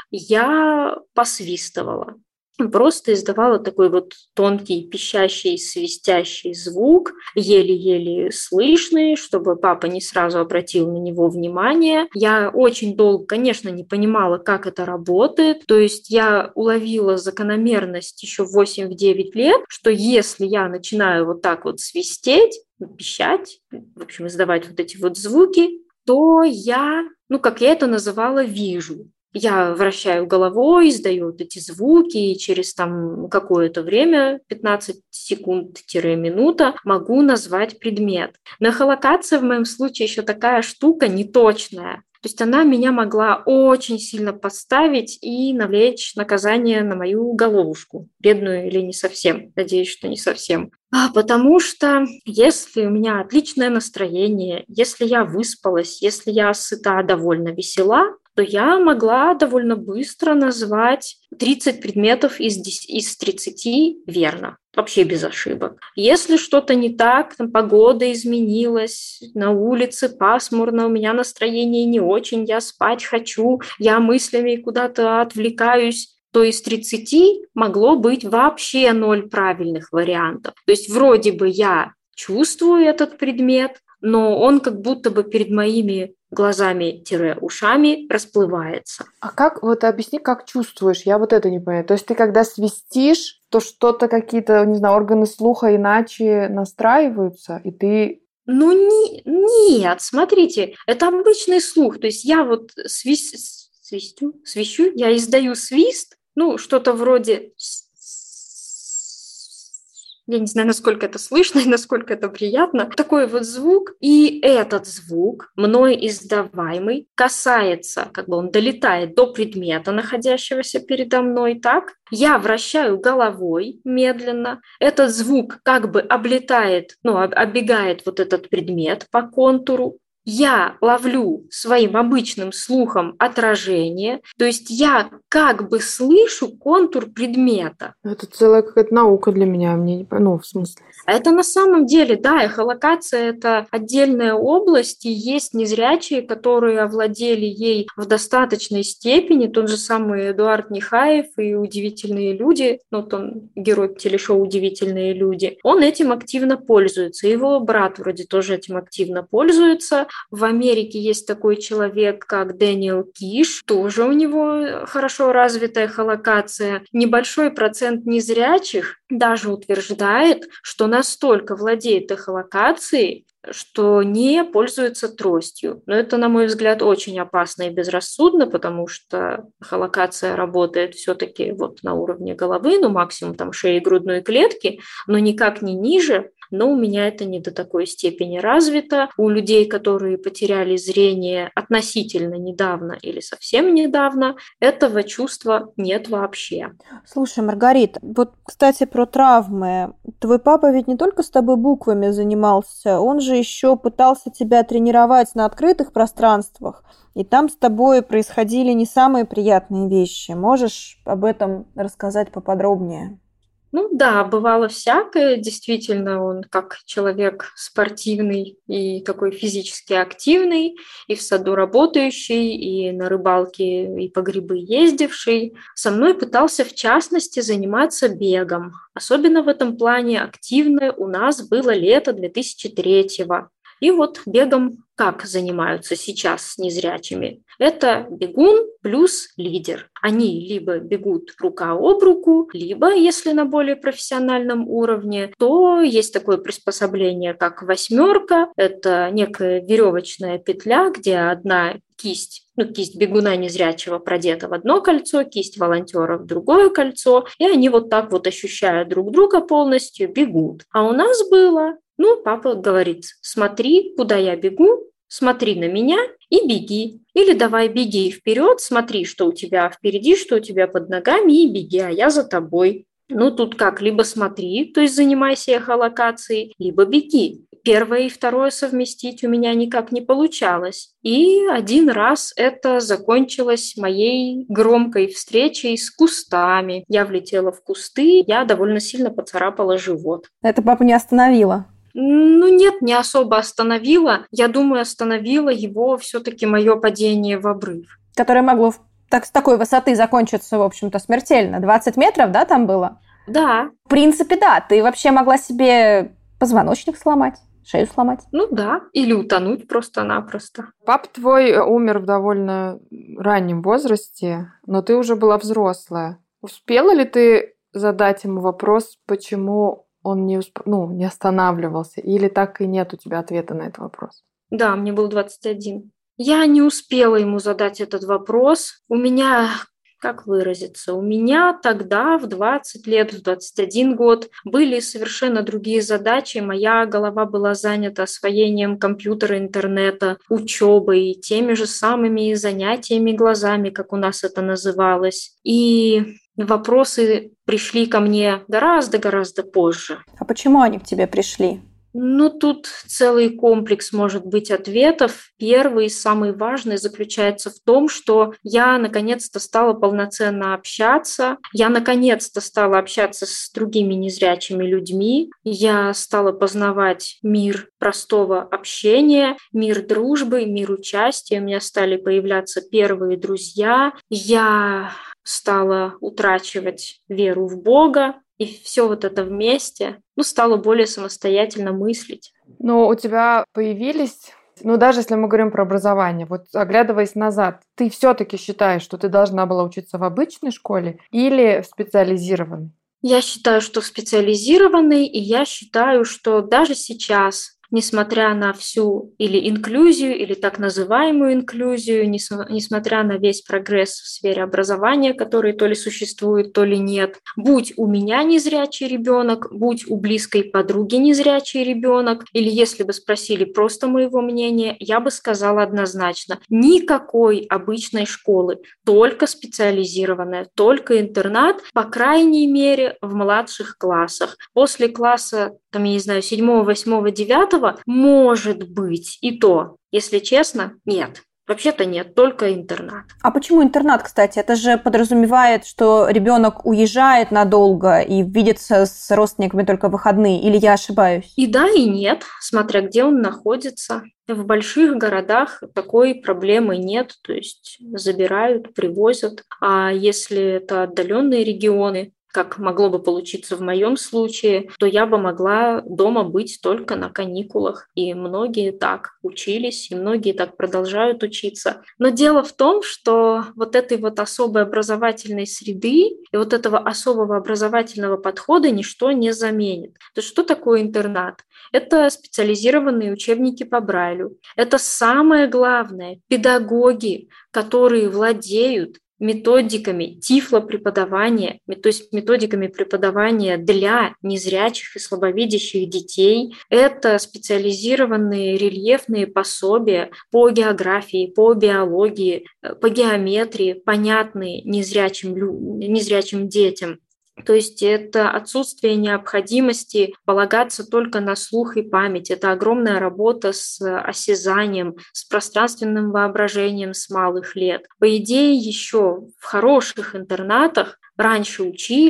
Я посвистывала. Просто издавала такой вот тонкий, пищащий, свистящий звук, еле-еле слышный, чтобы папа не сразу обратил на него внимание. Я очень долго, конечно, не понимала, как это работает. То есть я уловила закономерность еще в восемь-девять лет, что если я начинаю вот так вот свистеть, пищать, в общем, издавать вот эти вот звуки, то я, ну, как я это называла, вижу. Я вращаю головой, издаю вот эти звуки, и через там какое-то время, пятнадцать секунд-минута, могу назвать предмет. Но эхолокация в моем случае еще такая штука неточная. То есть она меня могла очень сильно подставить и навлечь наказание на мою головушку. Бедную или не совсем? Надеюсь, что не совсем. А потому что если у меня отличное настроение, если я выспалась, если я сыта, довольно весела, то я могла довольно быстро назвать тридцать предметов из, из тридцати верно, вообще без ошибок. Если что-то не так, там погода изменилась, на улице пасмурно, у меня настроение не очень, я спать хочу, я мыслями куда-то отвлекаюсь, то из тридцати могло быть вообще ноль правильных вариантов. То есть вроде бы я чувствую этот предмет, но он как будто бы перед моими глазами-ушами расплывается. А как, вот объясни, как чувствуешь? Я вот это не понимаю. То есть ты когда свистишь, то что-то, какие-то, не знаю, органы слуха иначе настраиваются, и ты... Ну, не, нет, смотрите, это обычный слух. То есть я вот свис, свистю, свищу, я издаю свист, ну, что-то вроде... Я не знаю, насколько это слышно и насколько это приятно. Такой вот звук. И этот звук, мной издаваемый, касается, как бы он долетает до предмета, находящегося передо мной, так? Я вращаю головой медленно. Этот звук как бы облетает, ну, оббегает вот этот предмет по контуру. Я ловлу своим обычным слухом отражение, то есть я как бы слышу контур предмета. Это целая какая-то наука для меня, мне не ну, в смысле. Это на самом деле, да, эхолокация – это отдельная область, и есть незрячие, которые овладели ей в достаточной степени. Тот же самый Эдуард Нехаев и «Удивительные люди», ну, вот он герой телешоу «Удивительные люди», он этим активно пользуется. Его брат вроде тоже этим активно пользуется. В Америке есть такой человек, как Дэниел Киш, тоже у него хорошо развитая эхолокация. Небольшой процент незрячих даже утверждает, что настолько владеет эхолокацией, что не пользуется тростью. Но это, на мой взгляд, очень опасно и безрассудно, потому что эхолокация работает все-таки вот на уровне головы, ну максимум там шеи и грудной клетки, но никак не ниже. Но у меня это не до такой степени развито. У людей, которые потеряли зрение относительно недавно или совсем недавно, этого чувства нет вообще. Слушай, Маргарита, вот, кстати, про травмы. Твой папа ведь не только с тобой буквами занимался, он же еще пытался тебя тренировать на открытых пространствах, и там с тобой происходили не самые приятные вещи. Можешь об этом рассказать поподробнее? Ну да, бывало всякое. Действительно, он как человек спортивный и такой физически активный, и в саду работающий, и на рыбалке, и по грибы ездивший. Со мной пытался, в частности, заниматься бегом. Особенно в этом плане активное у нас было лето две тысячи третьего. И вот бегом как занимаются сейчас с незрячими? Это бегун плюс лидер. Они либо бегут рука об руку, либо, если на более профессиональном уровне, то есть такое приспособление, как восьмерка. Это некая веревочная петля, где одна кисть, ну, кисть бегуна незрячего продета в одно кольцо, кисть волонтера в другое кольцо, и они вот так вот, ощущая друг друга полностью, бегут. А у нас было... Ну, папа говорит, смотри, куда я бегу, смотри на меня и беги. Или давай беги вперед, смотри, что у тебя впереди, что у тебя под ногами, и беги, а я за тобой. Ну, тут как, либо смотри, то есть занимайся эхолокацией, либо беги. Первое и второе совместить у меня никак не получалось. И один раз это закончилось моей громкой встречей с кустами. Я влетела в кусты, я довольно сильно поцарапала живот. Это папа не остановило? Ну нет, не особо остановила. Я думаю, остановило его все-таки мое падение в обрыв. Которое могло так, с такой высоты закончиться, в общем-то, смертельно. двадцать метров, да, там было? Да. В принципе, да. Ты вообще могла себе позвоночник сломать, шею сломать. Ну да, или утонуть просто-напросто. Пап твой умер в довольно раннем возрасте, но ты уже была взрослая. Успела ли ты задать ему вопрос, почему он не, усп... ну, не останавливался? Или так и нет у тебя ответа на этот вопрос? Да, мне было двадцать один. Я не успела ему задать этот вопрос. У меня, как выразиться, у меня тогда в двадцать лет, в двадцать один год были совершенно другие задачи. Моя голова была занята освоением компьютера, интернета, учебой, теми же самыми занятиями глазами, как у нас это называлось. И вопросы пришли ко мне гораздо-гораздо позже. А почему они к тебе пришли? Ну, тут целый комплекс может быть ответов. Первый, самый важный, заключается в том, что я наконец-то стала полноценно общаться. Я наконец-то стала общаться с другими незрячими людьми. Я стала познавать мир простого общения, мир дружбы, мир участия. У меня стали появляться первые друзья. Я стала утрачивать веру в Бога. И все вот это вместе, ну, стало более самостоятельно мыслить. Но у тебя появились, ну, даже если мы говорим про образование, вот оглядываясь назад, ты все-таки считаешь, что ты должна была учиться в обычной школе или в специализированной? Я считаю, что в специализированной, и я считаю, что даже сейчас, несмотря на всю или инклюзию, или так называемую инклюзию, несмотря на весь прогресс в сфере образования, который то ли существует, то ли нет, будь у меня незрячий ребенок, будь у близкой подруги незрячий ребенок, или если бы спросили просто моего мнения, я бы сказала однозначно: никакой обычной школы, только специализированная, только интернат, по крайней мере, в младших классах. После класса, там, я не знаю, седьмого, восьмого, девятого, может быть, и то, если честно, нет. Вообще-то нет, только интернат. А почему интернат, кстати? Это же подразумевает, что ребенок уезжает надолго и видится с родственниками только в выходные, или я ошибаюсь? И да, и нет, смотря где он находится. В больших городах такой проблемы нет, то есть забирают, привозят. А если это отдаленные регионы, как могло бы получиться в моем случае, то я бы могла дома быть только на каникулах. И многие так учились, и многие так продолжают учиться. Но дело в том, что вот этой вот особой образовательной среды и вот этого особого образовательного подхода ничто не заменит. То есть что такое интернат? Это специализированные учебники по Брайлю. Это самое главное, педагоги, которые владеют методиками тифлопреподавания, то есть методиками преподавания для незрячих и слабовидящих детей. Это специализированные рельефные пособия по географии, по биологии, по геометрии, понятные незрячим, незрячим детям. То есть это отсутствие необходимости полагаться только на слух и память. Это огромная работа с осязанием, с пространственным воображением с малых лет. По идее, еще в хороших интернатах раньше учили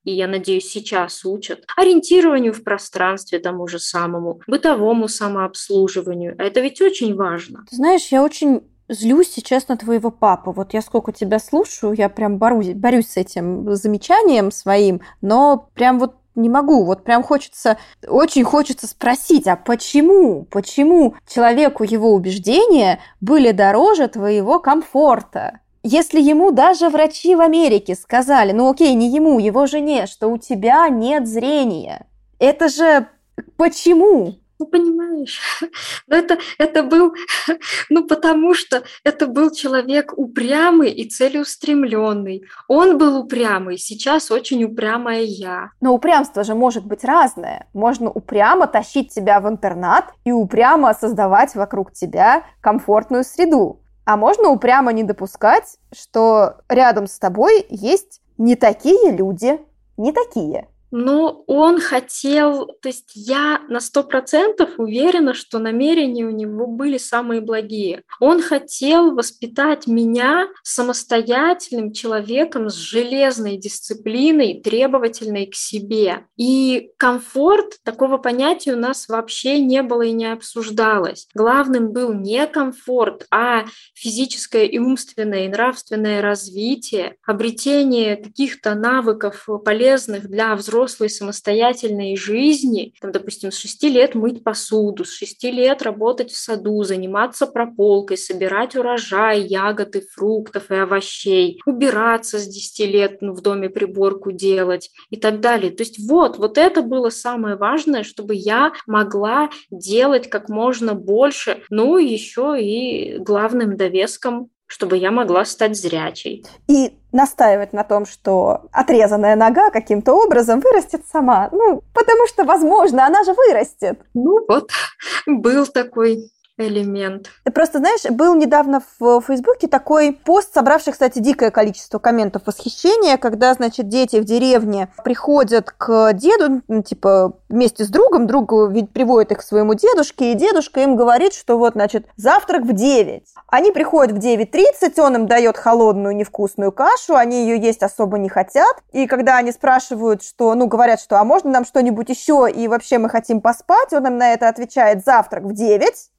и я надеюсь, сейчас учат, ориентированию в пространстве тому же самому, бытовому самообслуживанию. А это ведь очень важно. Ты знаешь, я очень злюсь сейчас на твоего папу. Вот я сколько тебя слушаю, я прям борюсь, борюсь с этим замечанием своим, но прям вот не могу. Вот прям хочется, очень хочется спросить, а почему? Почему человеку его убеждения были дороже твоего комфорта? Если ему даже врачи в Америке сказали, ну окей, не ему, его жене, что у тебя нет зрения. Это же почему? Ну, понимаешь, но это, это был, ну, потому что это был человек упрямый и целеустремленный. Он был упрямый, сейчас очень упрямая я. Но упрямство же может быть разное. Можно упрямо тащить тебя в интернат и упрямо создавать вокруг тебя комфортную среду. А можно упрямо не допускать, что рядом с тобой есть не такие люди, не такие. Но он хотел, то есть я на сто процентов уверена, что намерения у него были самые благие. Он хотел воспитать меня самостоятельным человеком с железной дисциплиной, требовательной к себе. И комфорт, такого понятия у нас вообще не было и не обсуждалось. Главным был не комфорт, а физическое и умственное и нравственное развитие, обретение каких-то навыков, полезных для взрослых, взрослой самостоятельной жизни, там, допустим, с шести лет мыть посуду, с шести лет работать в саду, заниматься прополкой, собирать урожай, ягоды, фруктов и овощей, убираться с десяти лет, ну, в доме приборку делать и так далее. То есть вот, вот это было самое важное, чтобы я могла делать как можно больше, ну, еще и главным довеском, чтобы я могла стать зрячей. И настаивать на том, что отрезанная нога каким-то образом вырастет сама. Ну, потому что, возможно, она же вырастет. Ну вот, был такой элемент. Ты просто знаешь, был недавно в Фейсбуке такой пост, собравший, кстати, дикое количество комментов восхищения, когда, значит, дети в деревне приходят к деду, ну, типа, вместе с другом, друг ведь приводит их к своему дедушке, и дедушка им говорит, что вот, значит, завтрак в девять. Они приходят в девять тридцать, он им дает холодную невкусную кашу, они ее есть особо не хотят, и когда они спрашивают, что, ну, говорят, что, а можно нам что-нибудь еще, и вообще мы хотим поспать, он им на это отвечает: завтрак в девять.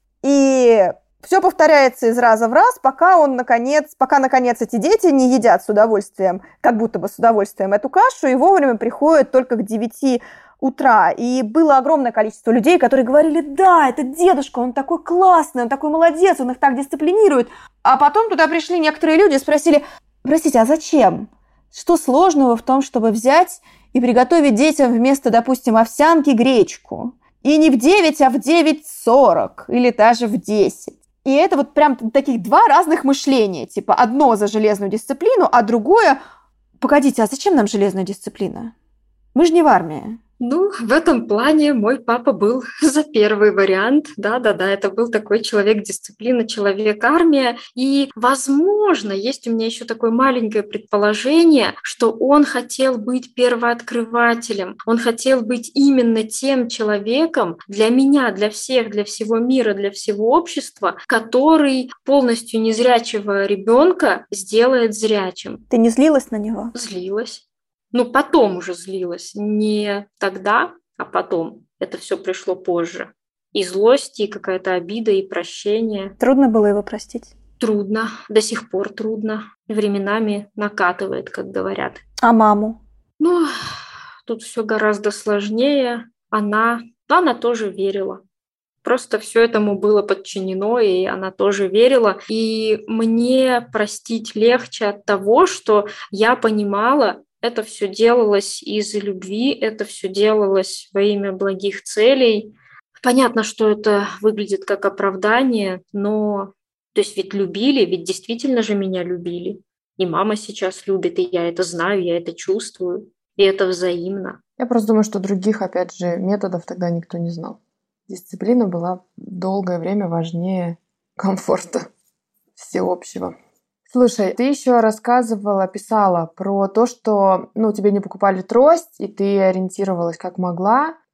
И все повторяется из раза в раз, пока он, наконец, пока, наконец, эти дети не едят с удовольствием, как будто бы с удовольствием эту кашу, и вовремя приходят только к девяти утра. И было огромное количество людей, которые говорили: да, этот дедушка, он такой классный, он такой молодец, он их так дисциплинирует. А потом туда пришли некоторые люди и спросили: простите, а зачем? Что сложного в том, чтобы взять и приготовить детям вместо, допустим, овсянки гречку? И не в девять, а в девять сорок или даже в десять. И это вот прям таких два разных мышления. Типа одно за железную дисциплину, а другое: погодите, а зачем нам железная дисциплина? Мы же не в армии. Ну, в этом плане мой папа был за первый вариант. Да-да-да, это был такой человек-дисциплина, человек-армия. И, возможно, есть у меня еще такое маленькое предположение, что он хотел быть первооткрывателем. Он хотел быть именно тем человеком для меня, для всех, для всего мира, для всего общества, который полностью незрячего ребенка сделает зрячим. Ты не злилась на него? Злилась. Ну, потом уже злилась. Не тогда, а потом. Это все пришло позже. И злость, и какая-то обида, и прощение. Трудно было его простить? Трудно. До сих пор трудно. Временами накатывает, как говорят. А маму? Ну, тут все гораздо сложнее. Она, она тоже верила. Просто все этому было подчинено, и она тоже верила. И мне простить легче от того, что я понимала, это все делалось из любви, это все делалось во имя благих целей. Понятно, что это выглядит как оправдание, но то есть ведь любили, ведь действительно же меня любили. И мама сейчас любит, и я это знаю, я это чувствую, и это взаимно. Я просто думаю, что других, опять же, методов тогда никто не знал. Дисциплина была долгое время важнее комфорта всеобщего. Слушай, ты еще рассказывала, писала про то, что, ну, тебе не покупали трость, и ты ориентировалась как могла.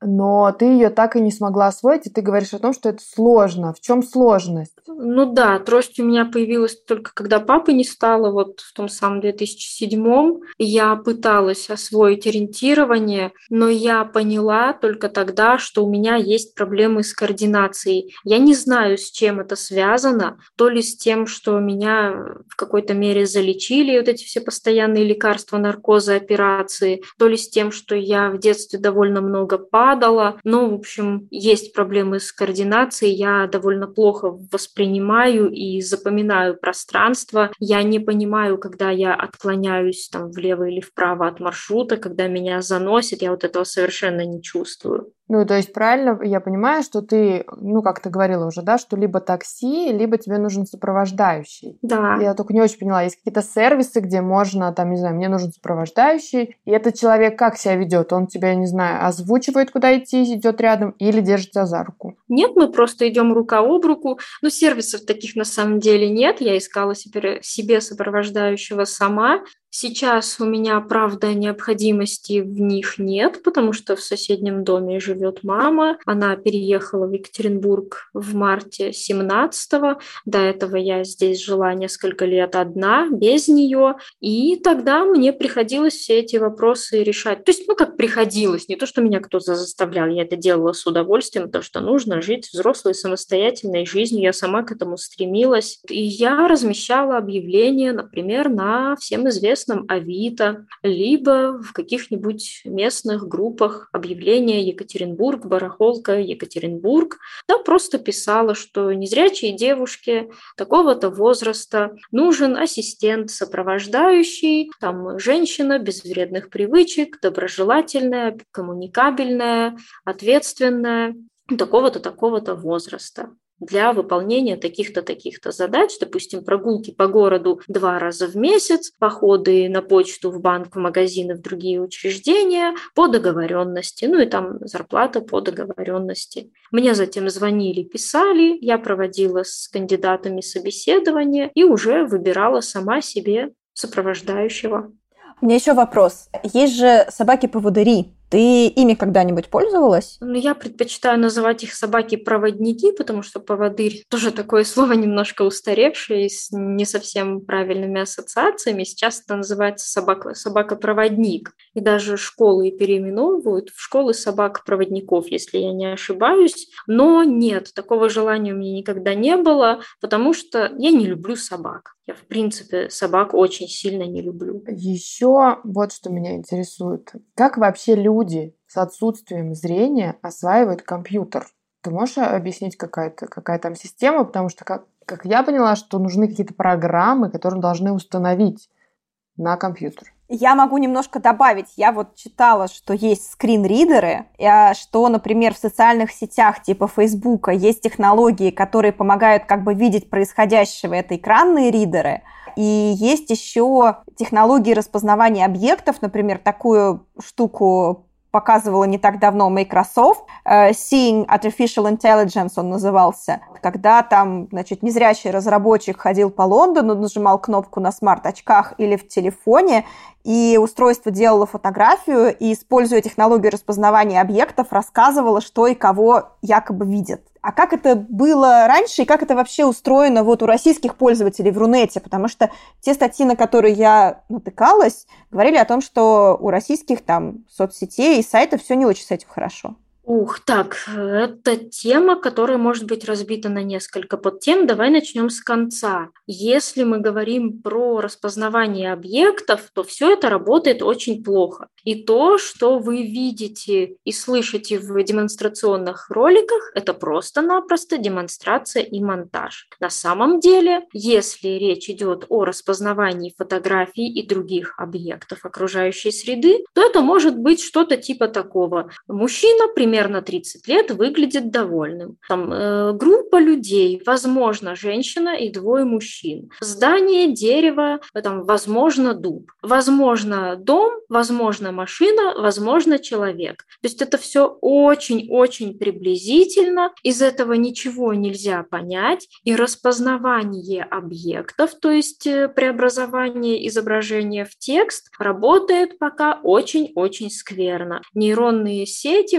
но ты ее так и не смогла освоить, и ты говоришь о том, что это сложно. В чем сложность? Ну да, трость у меня появилась только когда папы не стало, вот в том самом две тысячи седьмом. Я пыталась освоить ориентирование, но я поняла только тогда, что у меня есть проблемы с координацией. Я не знаю, с чем это связано, то ли с тем, что меня в какой-то мере залечили, вот эти все постоянные лекарства, наркозы, операции, то ли с тем, что я в детстве довольно много падала. Но, в общем, есть проблемы с координацией, я довольно плохо воспринимаю и запоминаю пространство. Я не понимаю, когда я отклоняюсь там влево или вправо от маршрута, когда меня заносит, я вот этого совершенно не чувствую. Ну, то есть правильно я понимаю, что ты, ну, как ты говорила уже, да, что либо такси, либо тебе нужен сопровождающий. Да. Я только не очень поняла, есть какие-то сервисы, где можно, там, не знаю, мне нужен сопровождающий, и этот человек как себя ведет? Он тебя, не знаю, озвучивает, куда идти, идет рядом, или держит тебя за руку? Нет, мы просто идем рука об руку. Ну, сервисов таких на самом деле нет. Я искала себе, себе сопровождающего сама. Сейчас у меня, правда, необходимости в них нет, потому что в соседнем доме живет мама. Она переехала в Екатеринбург в марте семнадцатого. До этого я здесь жила несколько лет одна, без нее. И тогда мне приходилось все эти вопросы решать. То есть, ну, как приходилось, не то, что меня кто-то заставлял. Я это делала с удовольствием, потому что нужно жить взрослой самостоятельной жизнью. Я сама к этому стремилась. И я размещала объявления, например, на всем известном Авито, либо в каких-нибудь местных группах объявления Екатеринбург, барахолка Екатеринбург. Там просто писала, что незрячей девушке такого-то возраста нужен ассистент, сопровождающий, там женщина без вредных привычек, доброжелательная, коммуникабельная, ответственная, такого-то, такого-то возраста. Для выполнения таких-то, таких-то задач, допустим, прогулки по городу два раза в месяц, походы на почту, в банк, в магазины, в другие учреждения по договоренности, ну и там зарплата по договоренности. Мне затем звонили, писали, я проводила с кандидатами собеседование и уже выбирала сама себе сопровождающего. У меня еще вопрос. Есть же собаки-поводыри. Ты ими когда-нибудь пользовалась? Ну, я предпочитаю называть их собаки-проводники, потому что поводырь тоже такое слово немножко устаревшее, с не совсем правильными ассоциациями. Сейчас это называется собака, собака-проводник. И даже школы переименовывают в школы собак-проводников, если я не ошибаюсь. Но нет, такого желания у меня никогда не было, потому что я не люблю собак. Я, в принципе, собак очень сильно не люблю. Еще вот что меня интересует. Как вообще люди с отсутствием зрения осваивают компьютер? Ты можешь объяснить, какая-то, какая там система? Потому что, как, как я поняла, что нужны какие-то программы, которые должны установить на компьютер. Я могу немножко добавить. Я вот читала, что есть скринридеры, что, например, в социальных сетях типа Фейсбука есть технологии, которые помогают как бы видеть происходящего. Это экранные ридеры. И есть еще технологии распознавания объектов. Например, такую штуку показывала не так давно Microsoft. Seeing Artificial Intelligence он назывался. Когда там, значит, незрячий разработчик ходил по Лондону, нажимал кнопку на смарт-очках или в телефоне, и устройство делало фотографию, и, используя технологию распознавания объектов, рассказывало, что и кого якобы видит. А как это было раньше, и как это вообще устроено вот у российских пользователей в Рунете? Потому что те статьи, на которые я натыкалась, говорили о том, что у российских там соцсетей и сайтов все не очень с этим хорошо. Ух, так, это тема, которая может быть разбита на несколько подтем. Давай начнем с конца. Если мы говорим про распознавание объектов, то все это работает очень плохо. И то, что вы видите и слышите в демонстрационных роликах, это просто-напросто демонстрация и монтаж. На самом деле, если речь идет о распознавании фотографий и других объектов окружающей среды, то это может быть что-то типа такого. Мужчина, примерно примерно тридцать лет, выглядит довольным. Там э, группа людей, возможно, женщина и двое мужчин. Здание, дерево, там, возможно, дуб. Возможно, дом, возможно, машина, возможно, человек. То есть это все очень-очень приблизительно. Из этого ничего нельзя понять. И распознавание объектов, то есть преобразование изображения в текст, работает пока очень-очень скверно. Нейронные сети в этом плане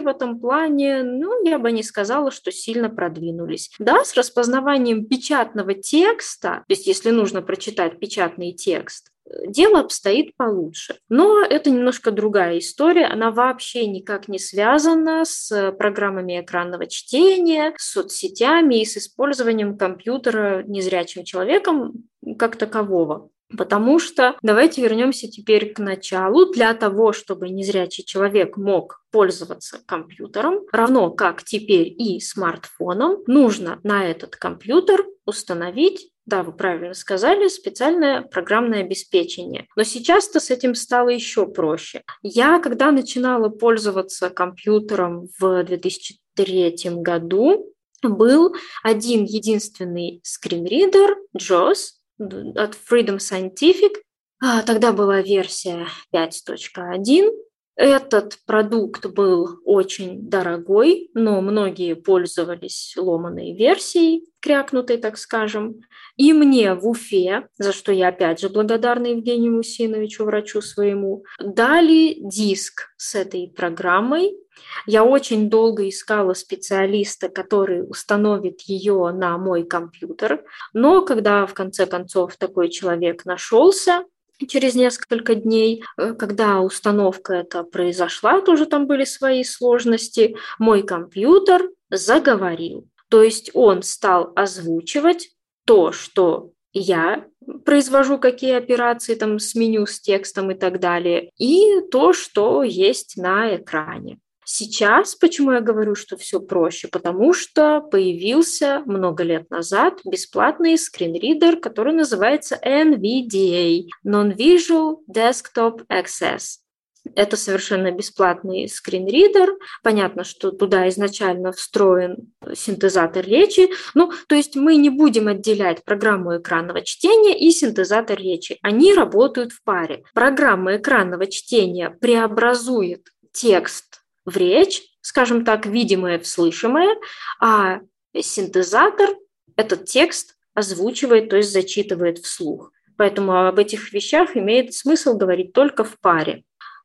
плане, ну, я бы не сказала, что сильно продвинулись. Да, с распознаванием печатного текста, то есть если нужно прочитать печатный текст, дело обстоит получше. Но это немножко другая история. Она вообще никак не связана с программами экранного чтения, с соцсетями и с использованием компьютера незрячим человеком как такового. Потому что давайте вернемся теперь к началу. Для того, чтобы незрячий человек мог пользоваться компьютером, равно как теперь и смартфоном, нужно на этот компьютер установить, да, вы правильно сказали, специальное программное обеспечение. Но сейчас-то с этим стало еще проще. Я, когда начинала пользоваться компьютером в две тысячи третьем году, был один единственный скринридер джос от Freedom Scientific. А, тогда была версия пять точка один. Этот продукт был очень дорогой, но многие пользовались ломаной версией, крякнутой, так скажем. И мне в Уфе, за что я опять же благодарна Евгению Мусиновичу, врачу своему, дали диск с этой программой. Я очень долго искала специалиста, который установит ее на мой компьютер, но когда в конце концов такой человек нашелся, через несколько дней, когда установка эта произошла, тоже там были свои сложности, мой компьютер заговорил. То есть он стал озвучивать то, что я произвожу, какие операции там с меню, с текстом и так далее, и то, что есть на экране. Сейчас, почему я говорю, что все проще? Потому что появился много лет назад бесплатный скринридер, который называется эн ви ди эй – Non-Visual Desktop Access. Это совершенно бесплатный скринридер. Понятно, что туда изначально встроен синтезатор речи. Ну, то есть мы не будем отделять программу экранного чтения и синтезатор речи. Они работают в паре. Программа экранного чтения преобразует текст в речь, скажем так, видимое в слышимое, а синтезатор этот текст озвучивает, то есть зачитывает вслух. Поэтому об этих вещах имеет смысл говорить только в паре.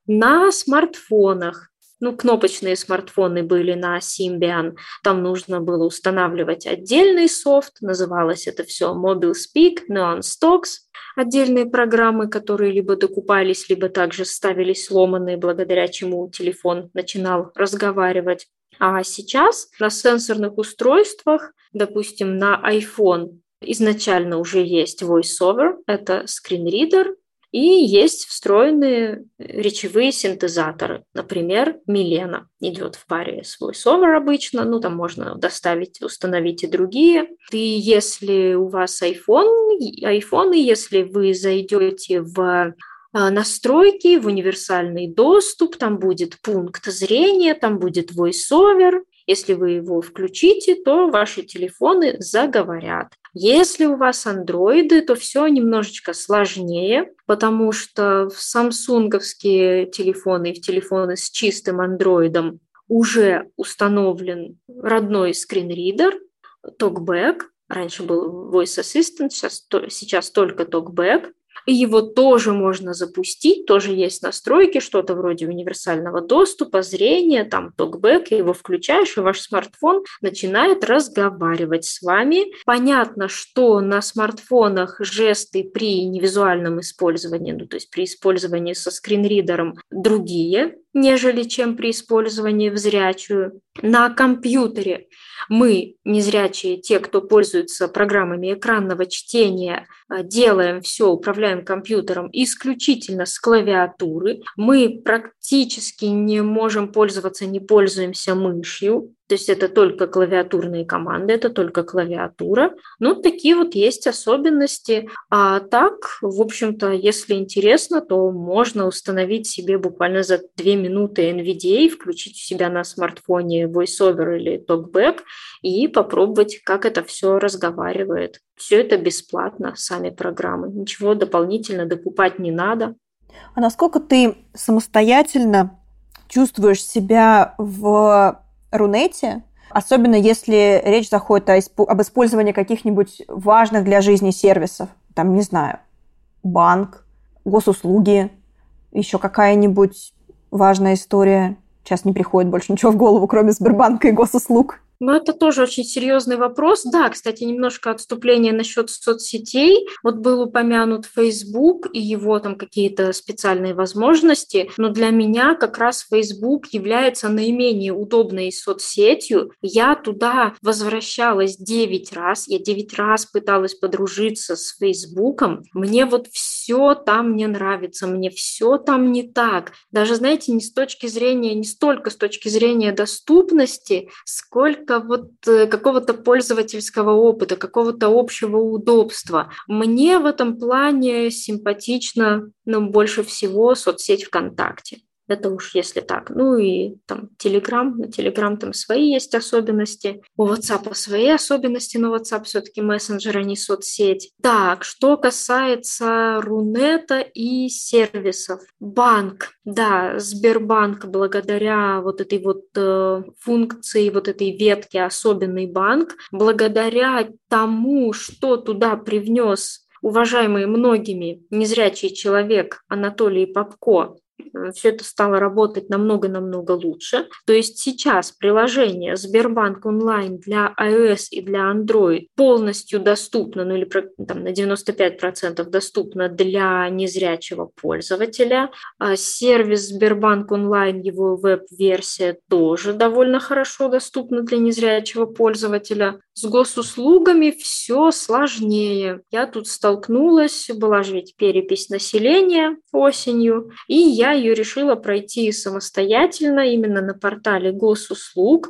На смартфонах, ну, кнопочные смартфоны были на Symbian, там нужно было устанавливать отдельный софт, называлось это все Mobile Speak, Nuance Talks, отдельные программы, которые либо докупались, либо также ставились сломанные, благодаря чему телефон начинал разговаривать. А сейчас на сенсорных устройствах, допустим, на iPhone изначально уже есть VoiceOver, это скринридер, и есть встроенные речевые синтезаторы. Например, Milena идет в паре с VoiceOver обычно, ну там можно доставить, установить и другие. И если у вас iPhone, iPhone, если вы зайдете в настройки, в универсальный доступ, там будет пункт зрения, там будет VoiceOver. Если вы его включите, то ваши телефоны заговорят. Если у вас андроиды, то все немножечко сложнее, потому что в самсунговские телефоны и в телефоны с чистым андроидом уже установлен родной скринридер, TalkBack. Раньше был Voice Assistant, сейчас, сейчас только TalkBack. И его тоже можно запустить, тоже есть настройки, что-то вроде универсального доступа, зрения, там TalkBack, его включаешь, и ваш смартфон начинает разговаривать с вами. Понятно, что на смартфонах жесты при невизуальном использовании, ну, то есть при использовании со скринридером другие, нежели чем при использовании в зрячую. На компьютере мы, незрячие, те, кто пользуется программами экранного чтения, делаем все, управляем компьютером исключительно с клавиатуры. Мы практически не можем пользоваться, не пользуемся мышью. То есть это только клавиатурные команды, это только клавиатура. Ну, такие вот есть особенности. А так, в общем-то, если интересно, то можно установить себе буквально за две минуты эн ви ди эй, включить у себя на смартфоне VoiceOver или TalkBack и попробовать, как это все разговаривает. Все это бесплатно, сами программы. Ничего дополнительно докупать не надо. А насколько ты самостоятельно чувствуешь себя в Рунете, особенно если речь заходит о, об использовании каких-нибудь важных для жизни сервисов, там, не знаю, банк, госуслуги, еще какая-нибудь важная история? сейчас не приходит больше ничего в голову, кроме Сбербанка и госуслуг. Ну, это тоже очень серьезный вопрос. Да, кстати, немножко отступление насчет соцсетей. Вот был упомянут Facebook и его там какие-то специальные возможности, но для меня как раз Facebook является наименее удобной соцсетью. Я туда возвращалась девять раз, я девять раз пыталась подружиться с Фейсбуком. Мне вот все там не нравится, мне все там не так. Даже, знаете, не с точки зрения, не столько с точки зрения доступности, сколько вот какого-то пользовательского опыта, какого-то общего удобства. Мне в этом плане симпатична, ну, больше всего соцсеть ВКонтакте. Это уж если так. Ну и там Telegram, на Telegram там свои есть особенности, у WhatsApp свои особенности, но WhatsApp все-таки мессенджер, а не соцсеть. Так, что касается Рунета и сервисов. Банк, да, Сбербанк благодаря вот этой вот э, функции, вот этой ветке особенный банк, благодаря тому, что туда привнес уважаемый многими незрячий человек Анатолий Попко, все это стало работать намного-намного лучше. То есть сейчас приложение Сбербанк онлайн для iOS и для Android полностью доступно, ну или там, на девяносто пять процентов доступно для незрячего пользователя. Сервис Сбербанк онлайн, его веб-версия тоже довольно хорошо доступна для незрячего пользователя. С госуслугами все сложнее. Я тут столкнулась, была же ведь перепись населения осенью, и я ее решила пройти самостоятельно именно на портале госуслуг.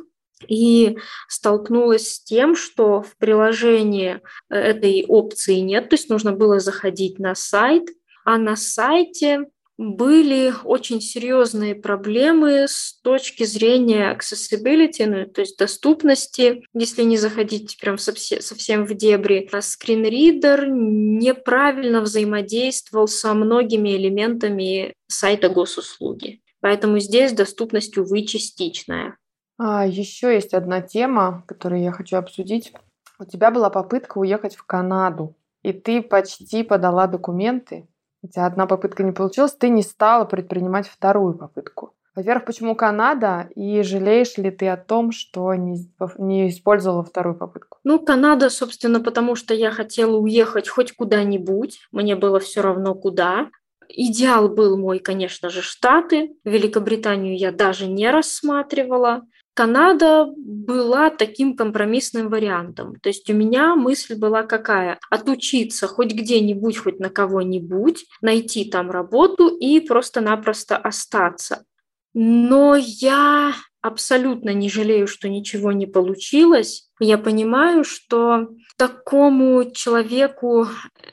И столкнулась с тем, что в приложении этой опции нет, то есть нужно было заходить на сайт, а на сайте были очень серьезные проблемы с точки зрения accessibility, ну, то есть доступности, если не заходить прям совсем, совсем в дебри. Скринридер неправильно взаимодействовал со многими элементами сайта госуслуги. Поэтому здесь доступность, увы, частичная. А, еще есть одна тема, которую я хочу обсудить. У тебя была попытка уехать в Канаду, и ты почти подала документы. У тебя одна попытка не получилась, ты не стала предпринимать вторую попытку. Во-первых, почему Канада? И жалеешь ли ты о том, что не, не использовала вторую попытку? Ну, Канада, собственно, потому что я хотела уехать хоть куда-нибудь. Мне было все равно куда. Идеал был мой, конечно же, Штаты. Великобританию я даже не рассматривала. Канада была таким компромиссным вариантом. То есть у меня мысль была какая? Отучиться хоть где-нибудь, хоть на кого-нибудь, найти там работу и просто-напросто остаться. Но я абсолютно не жалею, что ничего не получилось. Я понимаю, что такому человеку,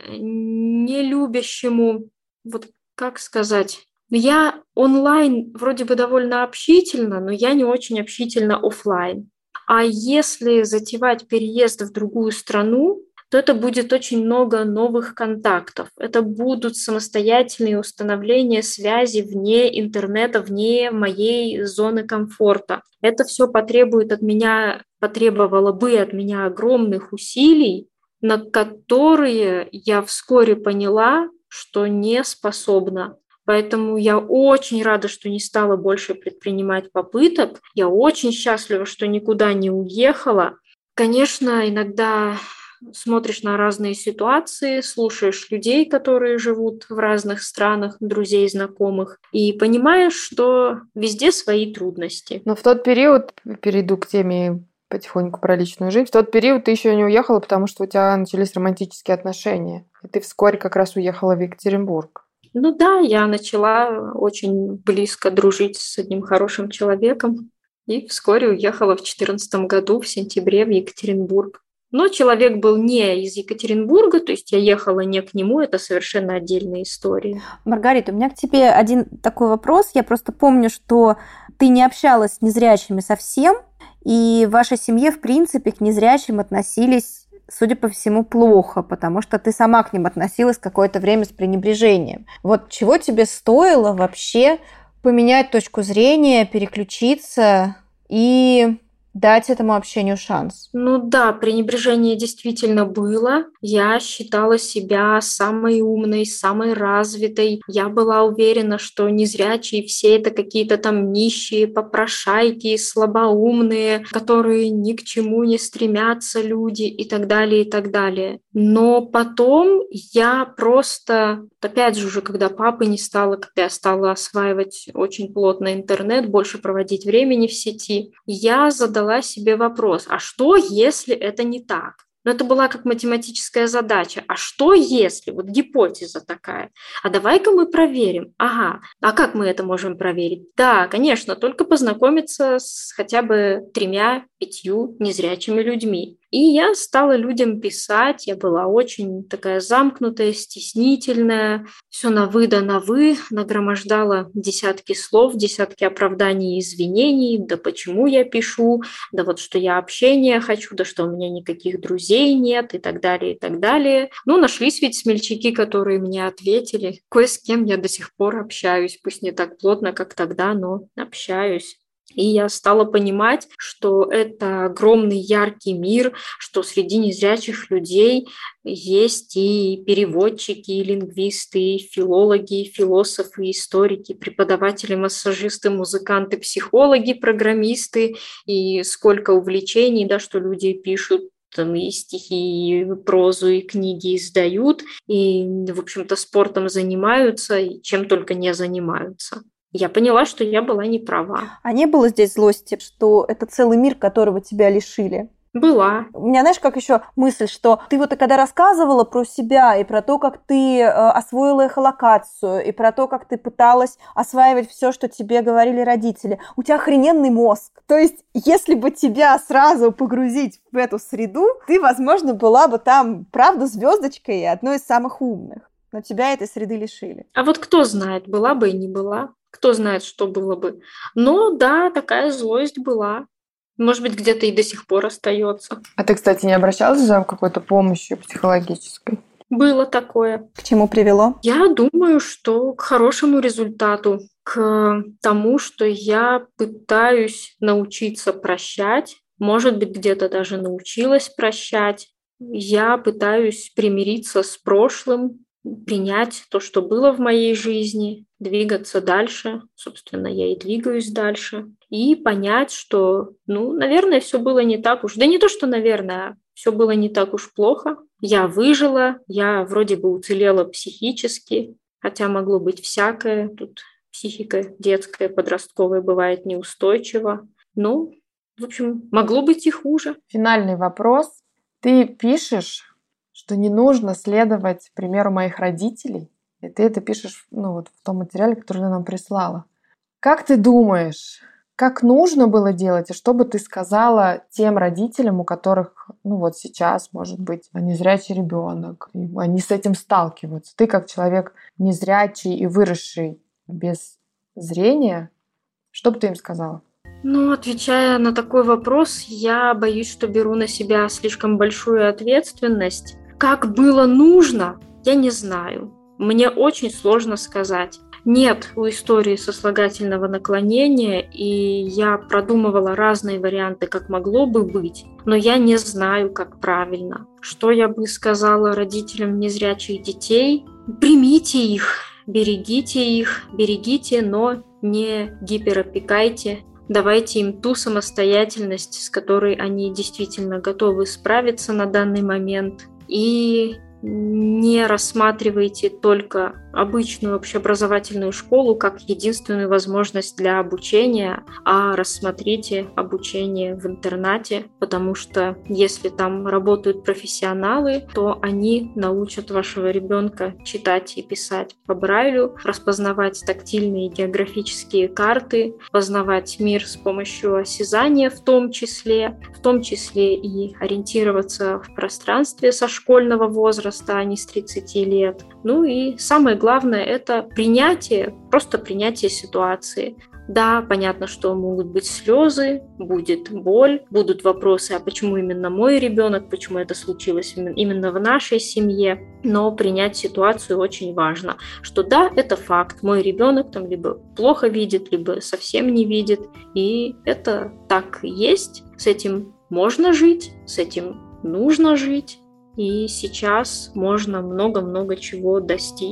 не любящему, вот как сказать... Я онлайн вроде бы довольно общительна, но я не очень общительна офлайн. А если затевать переезд в другую страну, то это будет очень много новых контактов. Это будут самостоятельные установления связи вне интернета, вне моей зоны комфорта. Это все потребует от меня, потребовало бы от меня огромных усилий, на которые я вскоре поняла, что не способна. Поэтому я очень рада, что не стала больше предпринимать попыток. Я очень счастлива, что никуда не уехала. Конечно, иногда смотришь на разные ситуации, слушаешь людей, которые живут в разных странах, друзей, знакомых, и понимаешь, что везде свои трудности. Но в тот период, перейду к теме потихоньку про личную жизнь, в тот период ты еще не уехала, потому что у тебя начались романтические отношения. И ты вскоре как раз уехала в Екатеринбург. Ну да, я начала очень близко дружить с одним хорошим человеком и вскоре уехала в две тысячи четырнадцатом году в сентябре в Екатеринбург. Но человек был не из Екатеринбурга, то есть я ехала не к нему, это совершенно отдельная история. Маргарита, у меня к тебе один такой вопрос. Я просто помню, что ты не общалась с незрячими совсем, и в вашей семье, в принципе, к незрячим относились, судя по всему, плохо, потому что ты сама к ним относилась какое-то время с пренебрежением. Вот чего тебе стоило вообще поменять точку зрения, переключиться и дать этому общению шанс. Ну да, пренебрежение действительно было. Я считала себя самой умной, самой развитой. Я была уверена, что незрячие все это какие-то там нищие, попрошайки, слабоумные, которые ни к чему не стремятся люди и так далее, и так далее. Но потом я просто, опять же, уже когда папы не стало, когда я стала осваивать очень плотно интернет, больше проводить времени в сети, я задала себе вопрос, а что, если это не так? Но это была как математическая задача. А что если? Вот гипотеза такая. А давай-ка мы проверим. Ага, а как мы это можем проверить? Да, конечно, только познакомиться с хотя бы тремя-пятью незрячими людьми. И я стала людям писать, я была очень такая замкнутая, стеснительная, все на вы да на вы, нагромождала десятки слов, десятки оправданий и извинений, да почему я пишу, да вот что я общения хочу, да что у меня никаких друзей нет и так далее, и так далее. Ну, нашлись ведь смельчаки, которые мне ответили. Кое с кем я до сих пор общаюсь, пусть не так плотно, как тогда, но общаюсь. И я стала понимать, что это огромный яркий мир, что среди незрячих людей есть и переводчики, и лингвисты, и филологи, и философы, и историки, преподаватели, массажисты, музыканты, психологи, программисты, и сколько увлечений, да, что люди пишут там и стихи, и прозу, и книги издают, и, в общем-то, спортом занимаются, и чем только не занимаются. Я поняла, что я была не права. А не было здесь злости, что это целый мир, которого тебя лишили? Была. У меня, знаешь, как еще мысль, что ты вот когда рассказывала про себя и про то, как ты э, освоила эхолокацию, и про то, как ты пыталась осваивать все, что тебе говорили родители, у тебя охрененный мозг. То есть, если бы тебя сразу погрузить в эту среду, ты, возможно, была бы там, правда, звездочкой и одной из самых умных. Но тебя этой среды лишили. А вот кто знает, была бы и не была. Кто знает, что было бы. Но да, такая злость была. Может быть, где-то и до сих пор остается. А ты, кстати, не обращалась за какой-то помощью психологической? Было такое. К чему привело? Я думаю, что к хорошему результату, к тому, что я пытаюсь научиться прощать, может быть, где-то даже научилась прощать. Я пытаюсь примириться с прошлым, принять то, что было в моей жизни, двигаться дальше. Собственно, я и двигаюсь дальше. И понять, что, ну, наверное, все было не так уж. Да не то, что, наверное, все было не так уж плохо. Я выжила, я вроде бы уцелела психически, хотя могло быть всякое. Тут психика детская, подростковая бывает неустойчива. Ну, в общем, могло быть и хуже. Финальный вопрос. Ты пишешь, что не нужно следовать примеру моих родителей, и ты это пишешь, ну, вот в том материале, который ты нам прислала. Как ты думаешь, как нужно было делать, и что бы ты сказала тем родителям, у которых, ну, вот сейчас, может быть, незрячий ребенок, и они с этим сталкиваются? Ты, как человек незрячий и выросший без зрения, что бы ты им сказала? Ну, отвечая на такой вопрос, я боюсь, что беру на себя слишком большую ответственность. Как было нужно, я не знаю. Мне очень сложно сказать. Нет у истории сослагательного наклонения, и я продумывала разные варианты, как могло бы быть, но я не знаю, как правильно. Что я бы сказала родителям незрячих детей? Примите их, берегите их, берегите, но не гиперопекайте. Давайте им ту самостоятельность, с которой они действительно готовы справиться на данный момент. И не рассматривайте только обычную общеобразовательную школу как единственную возможность для обучения, а рассмотрите обучение в интернате, потому что если там работают профессионалы, то они научат вашего ребенка читать и писать по Брайлю, распознавать тактильные и географические карты, познавать мир с помощью осязания в том числе, в том числе и ориентироваться в пространстве со школьного возраста, а не с тридцати лет. Ну и самое главное – это принятие, просто принятие ситуации. Да, понятно, что могут быть слезы, будет боль, будут вопросы, а почему именно мой ребенок, почему это случилось именно в нашей семье. Но принять ситуацию очень важно, что да, это факт, мой ребенок там либо плохо видит, либо совсем не видит, и это так есть, с этим можно жить, с этим нужно жить, и сейчас можно много-много чего достичь.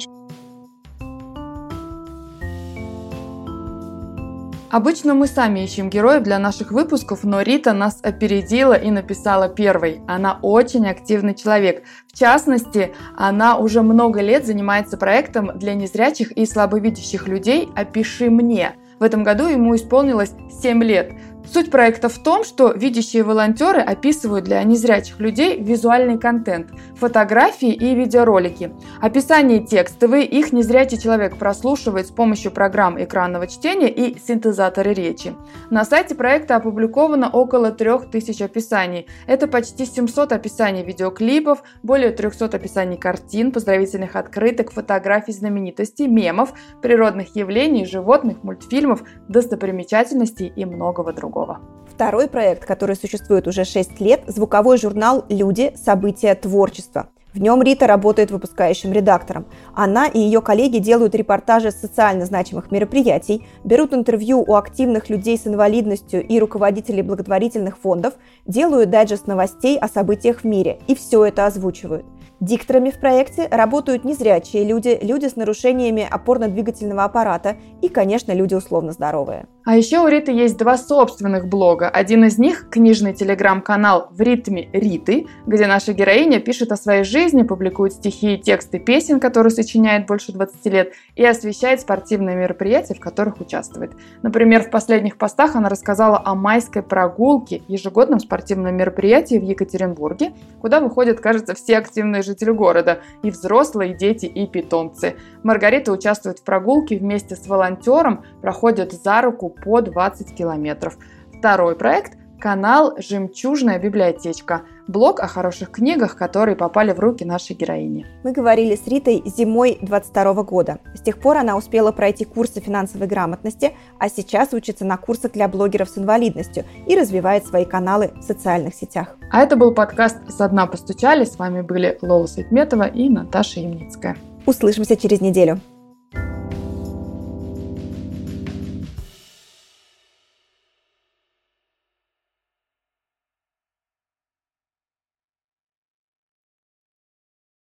Обычно мы сами ищем героев для наших выпусков, но Рита нас опередила и написала первой. Она очень активный человек. В частности, она уже много лет занимается проектом для незрячих и слабовидящих людей «Опиши мне». В этом году ему исполнилось семь лет. Суть проекта в том, что видящие волонтеры описывают для незрячих людей визуальный контент, фотографии и видеоролики. Описание текстовые, их незрячий человек прослушивает с помощью программ экранного чтения и синтезатора речи. На сайте проекта опубликовано около трех тысяч описаний. Это почти семьсот описаний видеоклипов, более трехсот описаний картин, поздравительных открыток, фотографий знаменитостей, мемов, природных явлений, животных, мультфильмов, достопримечательностей и многого другого. Второй проект, который существует уже шесть лет, звуковой журнал «Люди. События. Творчество». В нем Рита работает выпускающим редактором. Она и ее коллеги делают репортажи с социально значимых мероприятий, берут интервью у активных людей с инвалидностью и руководителей благотворительных фондов, делают дайджест новостей о событиях в мире и все это озвучивают. Дикторами в проекте работают незрячие люди, люди с нарушениями опорно-двигательного аппарата и, конечно, люди условно здоровые. А еще у Риты есть два собственных блога. Один из них – книжный телеграм-канал «В ритме Риты», где наша героиня пишет о своей жизни, публикует стихи и тексты песен, которые сочиняет больше двадцати лет, и освещает спортивные мероприятия, в которых участвует. Например, в последних постах она рассказала о майской прогулке, ежегодном спортивном мероприятии в Екатеринбурге, куда выходят, кажется, все активные жители города – и взрослые, и дети, и питомцы. Маргарита участвует в прогулке вместе с волонтером, проходит за руку по двадцать километров. Второй проект – канал «Жемчужная библиотечка». Блог о хороших книгах, которые попали в руки нашей героини. Мы говорили с Ритой зимой двадцать второго года. С тех пор она успела пройти курсы финансовой грамотности, а сейчас учится на курсах для блогеров с инвалидностью и развивает свои каналы в социальных сетях. А это был подкаст «Со дна постучали». С вами были Лола Сайтметова и Наташа Ямницкая. Услышимся через неделю.